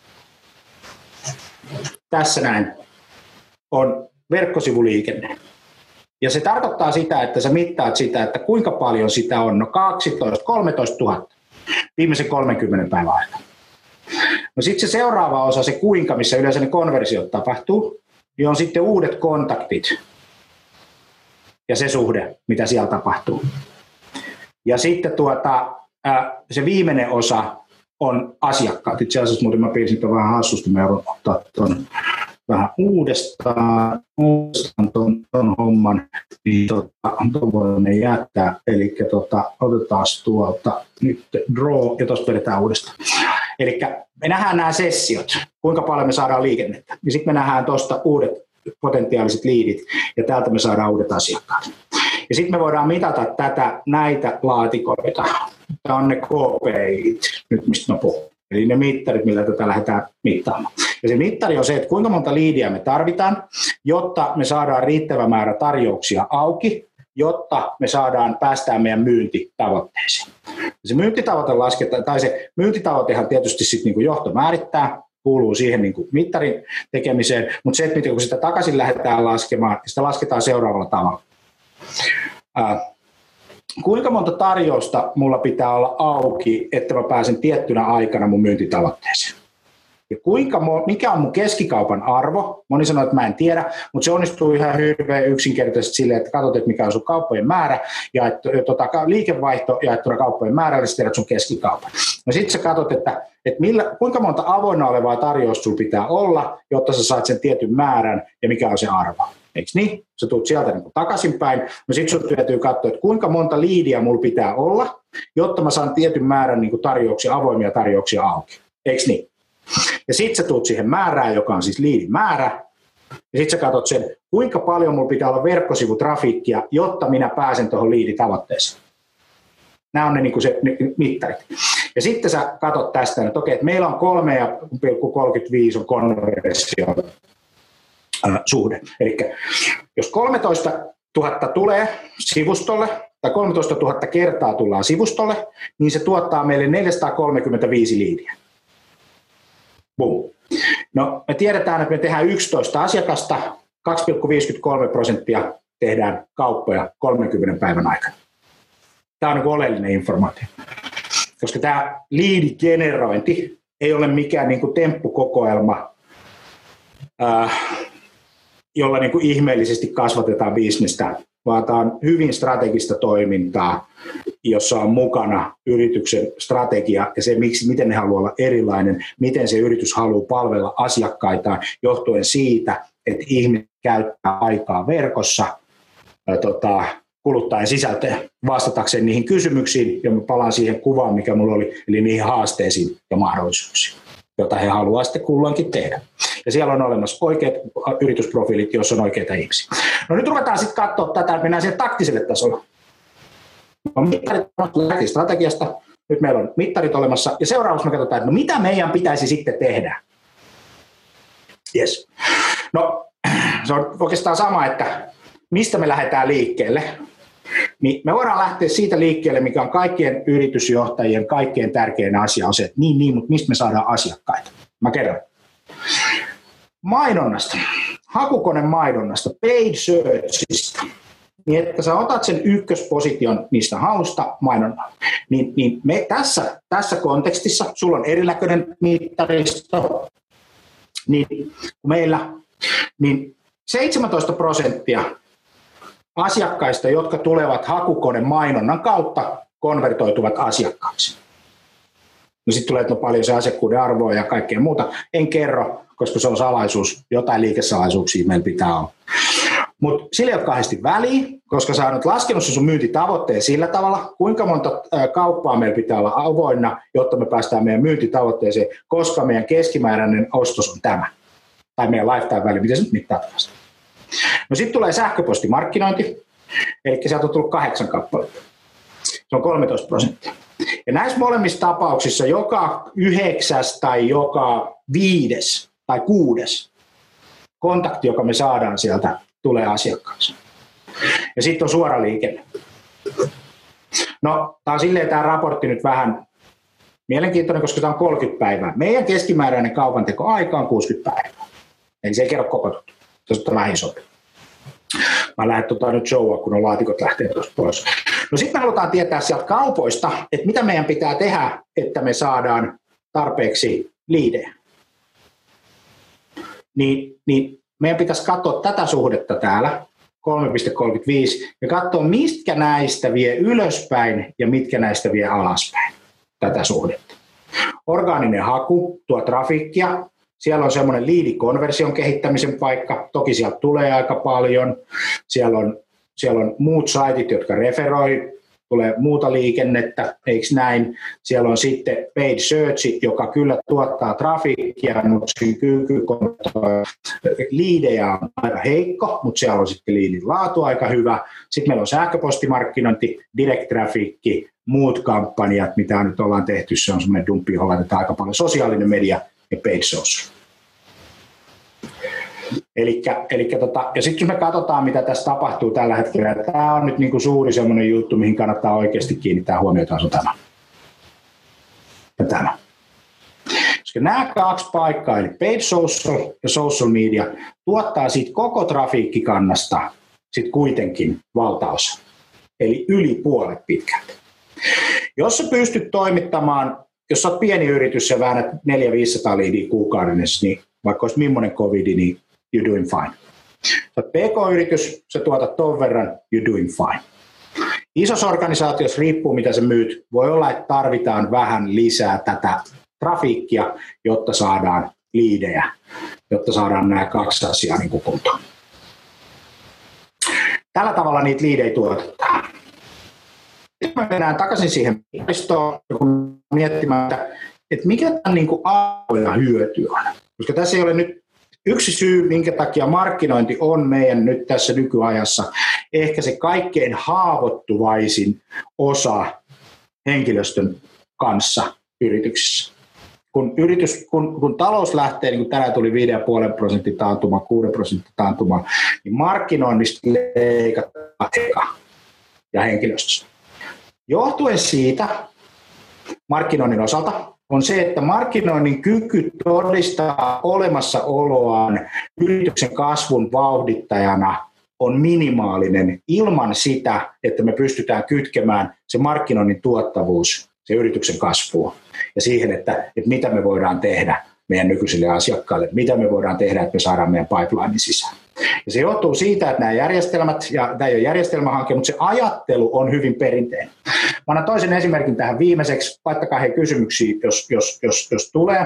tässä näin on verkkosivuliikenne. Ja se tarkoittaa sitä, että sä mittaat sitä, että kuinka paljon sitä on, no 13 000 viimeisen 30 päivän aikana. No sitten se seuraava osa, se kuinka, missä yleensä ne konversiot tapahtuu, niin on sitten uudet kontaktit ja se suhde, mitä siellä tapahtuu. Ja sitten se viimeinen osa on asiakkaat. Itse asiassa muuten mä piirsin tuon vähän hassusti, mä joudun ottaa tuon vähän uudestaan tuon homman, niin tuon voidaan jättää. Eli otetaan tuolta nyt draw ja tuosta vedetään uudestaan. Eli me nähdään nämä sessiot, kuinka paljon me saadaan liikennettä. Ja sitten me nähdään tuosta uudet potentiaaliset liidit ja täältä me saadaan uudet asiakkaat. Ja sitten me voidaan mitata näitä laatikoita. Tämä on ne KPIt, nyt mistä mä puhun. Eli ne mittarit, millä tätä lähdetään mittaamaan. Ja se mittari on se, että kuinka monta liidiä me tarvitaan, jotta me saadaan riittävä määrä tarjouksia auki, jotta me päästään meidän myyntitavoitteisiin. Se myyntitavoite lasketaan, tai se myyntitavoitehan tietysti sitten niin kuin johto määrittää, kuuluu siihen niin kuin mittarin tekemiseen, mutta se, että kun sitä takaisin lähdetään laskemaan, sitä lasketaan seuraavalla tavalla. Kuinka monta tarjousta mulla pitää olla auki, että mä pääsen tiettynä aikana mun myyntitavoitteeseen? Ja mikä on mun keskikaupan arvo? Moni sanoo, että mä en tiedä, mutta se onnistuu ihan hirveän yksinkertaisesti silleen, että katsot, että mikä on sun kauppojen määrä ja liikevaihto jaettuna kauppojen määrällä, sitten tiedät sun keskikaupan. No sitten sä katsot, että kuinka monta avoinna olevaa tarjousta sulla pitää olla, jotta sä saat sen tietyn määrän ja mikä on se arvo. Eikö niin? Sä tulet sieltä niin takaisinpäin. No sit sun täytyy katsoa, että kuinka monta liidiä mulla pitää olla, jotta mä saan tietyn määrän niin tarjouksia, avoimia tarjouksia auki. Eikö niin? Ja sit sä tulet siihen määrään, joka on siis liidin määrä. Ja sit sä katsot sen, kuinka paljon mulla pitää olla verkkosivutrafiikkia, jotta minä pääsen tuohon liiditavoitteeseen. Nämä on ne, niin se mittarit. Ja sitten sä katsot tästä, että okei, että meillä on 3,35 on konversio suhde. Eli jos 13 000 tulee sivustolle, tai 13 000 kertaa tullaan sivustolle, niin se tuottaa meille 435 liidiä. Boom. No me tiedetään, että me tehdään 11 asiakasta, 2,53% tehdään kauppoja 30 päivän aikana. Tämä on niin oleellinen informaatio. Koska tämä liidigenerointi ei ole mikään niin kuin temppukokoelma, jolla niin kuin ihmeellisesti kasvatetaan bisnestä, vaan tämä on hyvin strategista toimintaa, jossa on mukana yrityksen strategia ja se, miten ne haluaa olla erilainen, miten se yritys haluaa palvella asiakkaitaan, johtuen siitä, että ihmiset käyttää aikaa verkossa kuluttaen sisältöä vastatakseen niihin kysymyksiin, ja mä palaan siihen kuvaan, mikä mulla oli, eli niihin haasteisiin ja mahdollisuuksiin, joita he haluavat sitten kulloinkin tehdä. Ja siellä on olemassa oikeat yritysprofiilit, joissa on oikeita ihmisiä. No nyt ruvetaan sitten katsoa tätä, että mennään siihen taktiselle tasolle. Mittarit lähti strategiasta, nyt meillä on mittarit olemassa, ja seuraavaksi me katsotaan, että no mitä meidän pitäisi sitten tehdä. Yes. No se on oikeastaan sama, että mistä me lähdetään liikkeelle. Niin me voidaan lähteä siitä liikkeelle, mikä on kaikkien yritysjohtajien kaikkein tärkein asia, on se, että mutta mistä me saadaan asiakkaita. Mä kerron. Mainonnasta, hakukone-mainonnasta, paid searchista, niin että sä otat sen ykkösposition niistä hausta mainonnalla. Niin me tässä kontekstissa, sulla on erinäköinen mittaristo, niin meillä niin 17% asiakkaista, jotka tulevat hakukone-mainonnan kautta, konvertoituvat asiakkaiksi. No sitten tulee, että paljon se asiakkuuden arvoa ja kaikkea muuta. En kerro, koska se on salaisuus. Jotain liikesalaisuuksia meillä pitää olla. Mutta sillä ei ole kahdesti väliä, koska sä oot laskenut sun myyntitavoitteen sillä tavalla, kuinka monta kauppaa meillä pitää olla avoinna, jotta me päästään meidän myyntitavoitteeseen, koska meidän keskimääräinen ostos on tämä. Tai meidän lifetime väli, miten se nyt mittaa tästä. No sitten tulee sähköpostimarkkinointi. eli sieltä on tullut 8 kappaletta. Se on 13%. Ja näissä molemmissa tapauksissa joka 9. tai joka 5. tai 6. kontakti, joka me saadaan sieltä, tulee asiakkaaksi. Ja sitten on suora liikenne. No, tämä on silleen tämä raportti nyt vähän mielenkiintoinen, koska tämä on 30 päivää. Meidän keskimääräinen kaupantekoaika on 60 päivää. Eli se ei kerro koko totta. Se on vähän isompi. Mä lähden nyt showaa, kun on laatikot lähtee tuosta pois. No sitten me halutaan tietää sieltä kaupoista, että mitä meidän pitää tehdä, että me saadaan tarpeeksi liidejä. Niin meidän pitäisi katsoa tätä suhdetta täällä, 3,35, ja katsoa, mitkä näistä vie ylöspäin ja mitkä näistä vie alaspäin, tätä suhdetta. Orgaaninen haku tuo trafiikkia. Siellä on semmoinen liidikonversion kehittämisen paikka. Toki sieltä tulee aika paljon. Siellä on muut saitit, jotka referoi. Tulee muuta liikennettä, eikö näin? Siellä on sitten paid search, joka kyllä tuottaa trafiikkia, mutta sen kyky liidejä on aika heikko, mutta siellä on sitten liidin laatu aika hyvä. Sitten meillä on sähköpostimarkkinointi, direct traffiikki, muut kampanjat, mitä nyt ollaan tehty. Se on semmoinen dumppi, johon laitetaan aika paljon sosiaalinen media ja paid social. Ja sitten jos me katsotaan, mitä tässä tapahtuu tällä hetkellä, tämä on nyt niin kuin suuri semmoinen juttu, mihin kannattaa oikeasti kiinnittää huomiota, on tämä. Ja tämä. Koska nämä 2 paikkaa, eli paid social ja social media, tuottaa siitä koko trafiikkikannasta sitten kuitenkin valtaosa. Eli yli puolet pitkälti. Jos sä pystyt toimittamaan, jos sä oot pieni yritys ja väännät 400-500 liidiä kuukaudessa, niin vaikka olisi millainen covid, niin you're doing fine. Sä oot PK-yritys, sä tuotat ton verran, you're doing fine. Isossa organisaatiossa riippuu, mitä sä myyt. Voi olla, että tarvitaan vähän lisää tätä trafiikkia, jotta saadaan liidejä, jotta saadaan nämä 2 asiaa niin kuin kuntoon. Tällä tavalla niitä liidejä tuotetaan. Sitten me mennään takaisin siihen mielistoon, kun miettimään, että mikä tämän niin kuin avoin hyöty on. Koska tässä ei ole nyt yksi syy, minkä takia markkinointi on meidän nyt tässä nykyajassa ehkä se kaikkein haavoittuvaisin osa henkilöstön kanssa yrityksissä. Kun talous lähtee, niin kuin tänään tuli 5,5% taantuma, 6% taantuma, niin markkinoinnista leikataan ja henkilöstöstä. Johtuen siitä markkinoinnin osalta on se, että markkinoinnin kyky todistaa olemassaoloaan yrityksen kasvun vauhdittajana on minimaalinen ilman sitä, että me pystytään kytkemään se markkinoinnin tuottavuus se yrityksen kasvuun ja siihen, että mitä me voidaan tehdä meidän nykyisille asiakkaille, mitä me voidaan tehdä, että me saadaan meidän pipeline sisään. Ja se johtuu siitä, että nämä järjestelmät, ja tämä ei ole järjestelmähanke, mutta se ajattelu on hyvin perinteinen. Mä annan toisen esimerkin tähän viimeiseksi, laittakaa he kysymyksiä, jos tulee.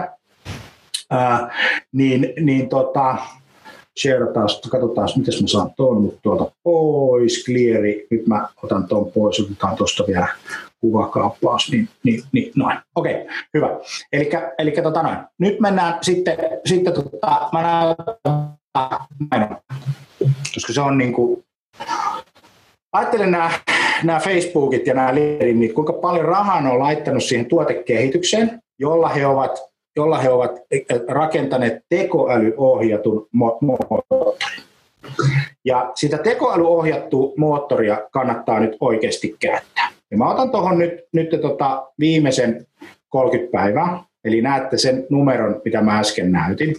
Shareataan, katsotaan, miten mä saan tuon nyt tuolta pois, cleari, nyt mä otan tuon pois, otetaan tuosta vielä kuvakaappaus, niin noin. Okei, hyvä. Elikkä noin. Nyt mennään sitten mä näytän, koska se on niin kuin, ajattelen nämä Facebookit ja nämä LinkedInit, niin kuinka paljon rahaa ne on laittanut siihen tuotekehitykseen, jolla he ovat rakentaneet tekoälyohjatun moottorin. Ja sitä tekoälyohjattua moottoria kannattaa nyt oikeasti käyttää. Ja mä otan tuohon nyt viimeisen 30 päivää, eli näette sen numeron, mitä mä äsken näytin.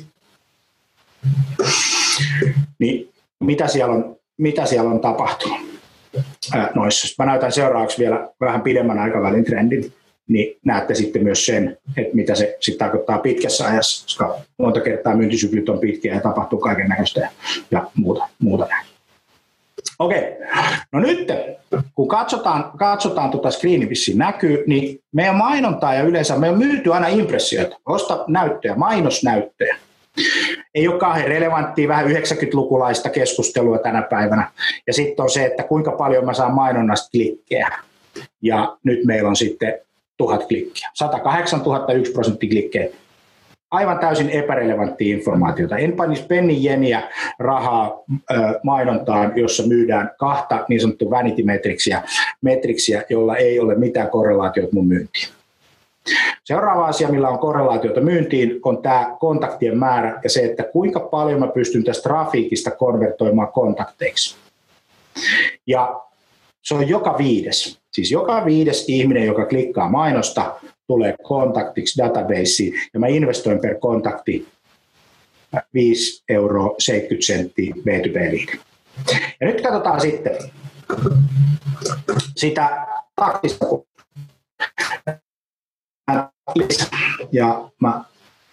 Niin mitä siellä on tapahtunut noissa. Mä näytän seuraavaksi vielä vähän pidemmän aikavälin trendin, niin näette sitten myös sen, että mitä se sitten tarkoittaa pitkässä ajassa, koska monta kertaa myyntisyklit on pitkiä ja tapahtuu kaiken näköistä ja muuta näin. Okei, no nyt kun katsotaan tuota screeni vissiin näkyy, niin meidän mainontaa ja yleensä me on myyty aina impressioita, osta näyttöjä, mainosnäyttöjä. Ei ole kauhean relevanttia, vähän 90-lukulaista keskustelua tänä päivänä. Ja sitten on se, että kuinka paljon mä saan mainonnasta klikkejä. Ja nyt meillä on sitten 1000 klikkiä. 108 000, 1% klikkejä. aivan täysin epärelevanttia informaatiota. En panisi pennin jeniä rahaa mainontaan, jossa myydään kahta niin sanottua vanity-metriksiä, jolla ei ole mitään korrelaatiota mun myyntiin. Seuraava asia, millä on korrelaatiota myyntiin, on tämä kontaktien määrä ja se, että kuinka paljon mä pystyn tästä trafiikista konvertoimaan kontakteiksi. Ja se on joka viides. Siis joka viides ihminen, joka klikkaa mainosta, tulee kontaktiksi databaseen ja mä investoin per kontakti 5,70 € B2B-liike. Ja nyt katsotaan sitten sitä taktista. Ja mä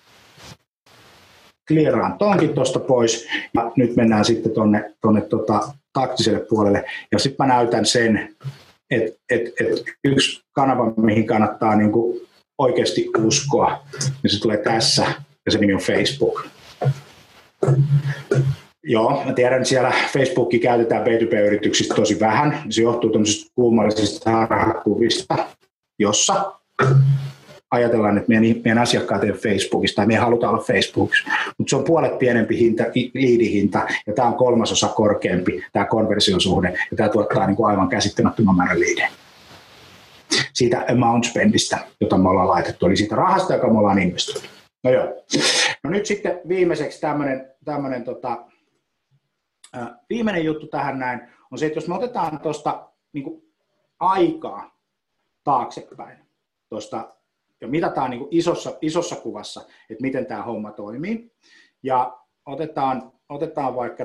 clearaan tonkin tuosta pois ja nyt mennään sitten tuonne taktiselle puolelle ja sitten mä näytän sen, että yksi kanava, mihin kannattaa niinku oikeasti uskoa, niin se tulee tässä ja se nimi on Facebook. Joo, mä tiedän, että siellä Facebookia käytetään B2B-yrityksistä tosi vähän. Se johtuu tämmöisistä kummallisista harhakuvista, jossa ajatellaan, että meidän asiakkaat ei ole Facebookista tai me ei haluta olla Facebookissa, mutta se on puolet pienempi liidihinta ja tämä on 1/3 korkeampi, tämä konversiosuhde ja tämä tuottaa niin kuin aivan käsittämättömän määrän liidejä. Siitä amount spendistä, jota me ollaan laitettu, eli siitä rahasta, joka me ollaan investoitu. No joo. No nyt sitten viimeiseksi viimeinen juttu tähän näin on se, että jos me otetaan tuosta niin kuin aikaa taaksepäin tuosta ja mitataan niin kuin isossa kuvassa, että miten tämä homma toimii. Ja otetaan vaikka,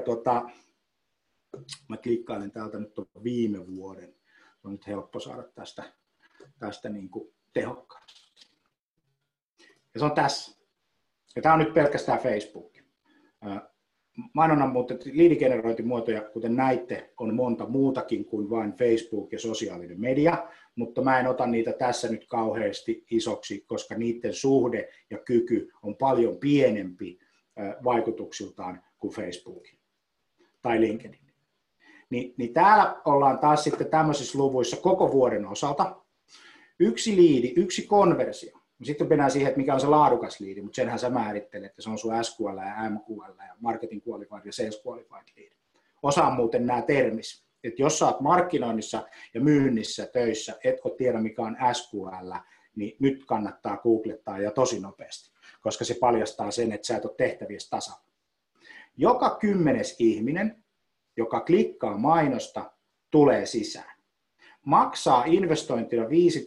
mä klikkailen täältä nyt viime vuoden, on nyt helppo saada tästä niin kuin tehokkaasti. Ja se on tässä. Ja tämä on nyt pelkästään Facebook. Mainonnan liidigenerointimuotoja, kuten näitte, on monta muutakin kuin vain Facebook ja sosiaalinen media, mutta mä en ota niitä tässä nyt kauheasti isoksi, koska niiden suhde ja kyky on paljon pienempi vaikutuksiltaan kuin Facebook tai LinkedIn. Niin täällä ollaan taas sitten tämmöisissä luvuissa koko vuoden osalta. Yksi liidi, yksi konversio. Sitten mennään siihen, että mikä on se laadukas liidi, mutta senhän sä määrittelet, että se on sun SQL ja MQL ja Marketing Qualified ja Sales Qualified Lead. Osaan muuten nämä termis, että jos sä oot markkinoinnissa ja myynnissä töissä, etkö tiedä mikä on SQL, niin nyt kannattaa googlettaa ja tosi nopeasti, koska se paljastaa sen, että sä et ole tehtävissä tasalla. Joka 10. ihminen, joka klikkaa mainosta, tulee sisään. Maksaa investointina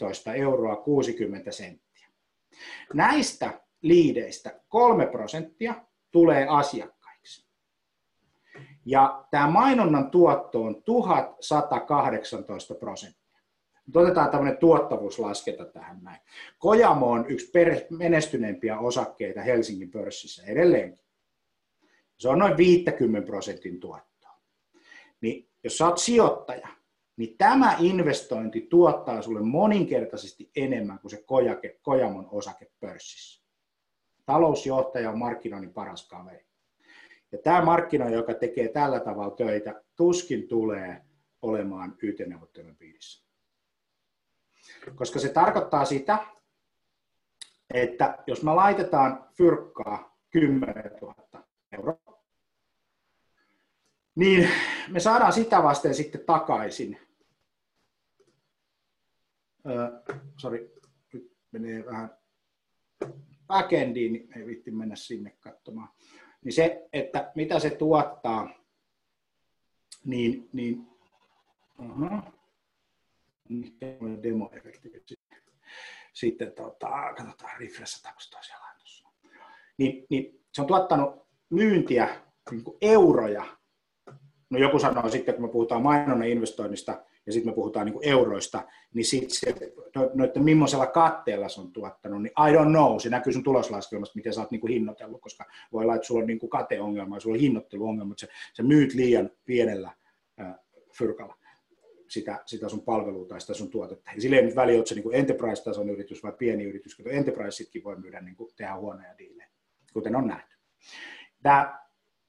15,60 €. Näistä liideistä 3% tulee asiakkaiksi. Ja tämä mainonnan tuotto on 1118%. Nyt otetaan tämmöinen tuottavuuslaskenta tähän näin. Kojamo on yksi menestyneimpiä osakkeita Helsingin pörssissä edelleenkin. Se on noin 50% tuottoa. Niin jos sä oot sijoittaja, niin tämä investointi tuottaa sulle moninkertaisesti enemmän kuin se Kojamon osake pörssissä. Talousjohtaja on markkinoinnin paras kaveri. Ja tämä markkinoija, joka tekee tällä tavalla töitä, tuskin tulee olemaan YT-neuvottelujen piirissä. Koska se tarkoittaa sitä, että jos me laitetaan fyrkkaa 10 000 €, niin me saadaan sitä vasten sitten takaisin. Nyt menee vähän backendiin, niin ei viitti mennä sinne katsomaan. Niin se, että mitä se tuottaa, niin demo-efekti. Sitten katsotaan, refreshataanko tosiaan tuossa. Niin se on tuottanut myyntiä niin kuin euroja. No joku sanoo sitten, kun me puhutaan mainonnan investoinnista ja sitten me puhutaan niin kuin euroista, niin sitten se, että millaisella katteella se on tuottanut, niin I don't know, se näkyy sun tuloslaskelmasta, miten sä oot niin kuin hinnoitellut, koska voi olla, että sulla on niin kuin kateongelma ja sulla on hinnoitteluongelma, mutta sä myyt liian pienellä fyrkalla sitä sun palvelua tai sitä sun tuotetta. Ja sillä ei nyt väliä, että se niin kuin enterprise-tason yritys vai pieni yritys, kun enterprise-sitkin voi myydä, niin kuin tehdä huonoja diilejä, kuten on nähty. Tämä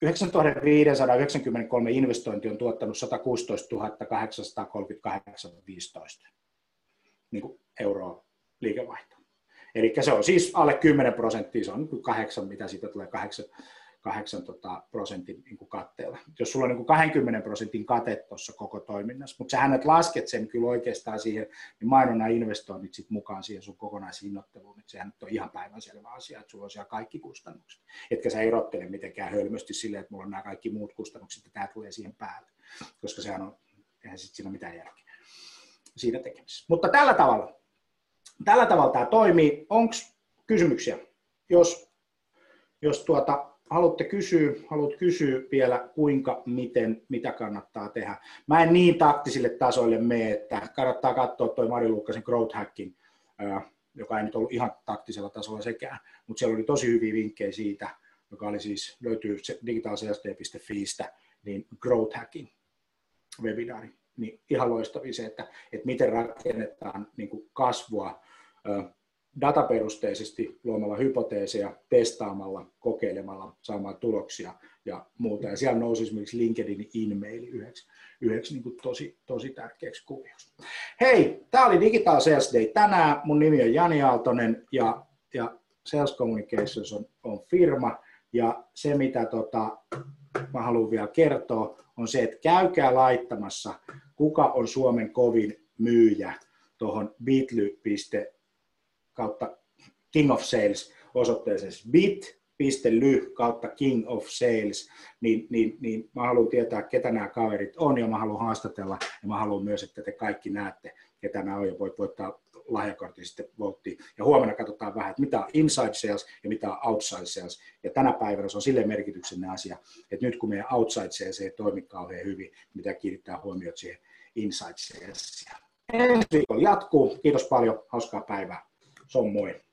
9593 investointi on tuottanut 116 838,15 niin € liikevaihtoa. Eli se on siis alle 10%, se on 8, mitä siitä tulee, 8% niin kuin katteella. Jos sulla on niin kuin 20% kate tuossa koko toiminnassa, mutta sähän et lasket sen kyllä oikeastaan siihen, niin mainonnan investoinnit sit mukaan siihen sun kokonaishinnoitteluun, niin sehän nyt on ihan päivänselvä asia, että sulla on siellä kaikki kustannukset. Etkä sä erottele mitenkään hölmösti silleen, että mulla on nämä kaikki muut kustannukset ja tämä tulee siihen päälle, koska sehän on, eihän sitten siinä ole mitään järkeä siinä tekemisessä. Mutta tällä tavalla tämä toimii. Onko kysymyksiä? Jos haluat kysyä vielä, kuinka, miten, mitä kannattaa tehdä. Mä en niin taktisille tasoille mene, että kannattaa katsoa toi Mari Luukkasen Growth Hacking, joka ei nyt ollut ihan taktisella tasolla sekään, mutta siellä oli tosi hyviä vinkkejä siitä, joka oli siis, löytyy digitalsd.fiistä, niin Growth Hacking webinaari. Niin ihan loistavia se, että miten rakennetaan niin kuin kasvua dataperusteisesti luomalla hypoteeseja, testaamalla, kokeilemalla, saamalla tuloksia ja muuta. Ja siellä nousi esimerkiksi LinkedIn e-maili yhdeksi niin kuin tosi tärkeäksi kuvioksi. Hei, tämä oli Digital Sales Day tänään. Mun nimi on Jani Aaltonen ja Sales Communications on firma. Ja se, mitä mä haluan vielä kertoa, on se, että käykää laittamassa, kuka on Suomen kovin myyjä tuohon bit.ly/kautta King of Sales osoitteeseen bit.ly/kautta King of Sales, niin mä haluan tietää, ketä nämä kaverit on, ja mä haluan haastatella, ja mä haluan myös, että te kaikki näette, ketä nämä on, ja voit voittaa lahjakortin sitten voittiin. Ja huomenna katsotaan vähän, että mitä on inside sales ja mitä on outside sales. Ja tänä päivänä se on silleen merkityksellinen asia, että nyt kun meidän outside sales ei toimi kauhean hyvin, mitä kiinnittää huomiota siihen inside salesia. Ensi viikolla jatkuu. Kiitos paljon. Hauskaa päivää. Se on moi.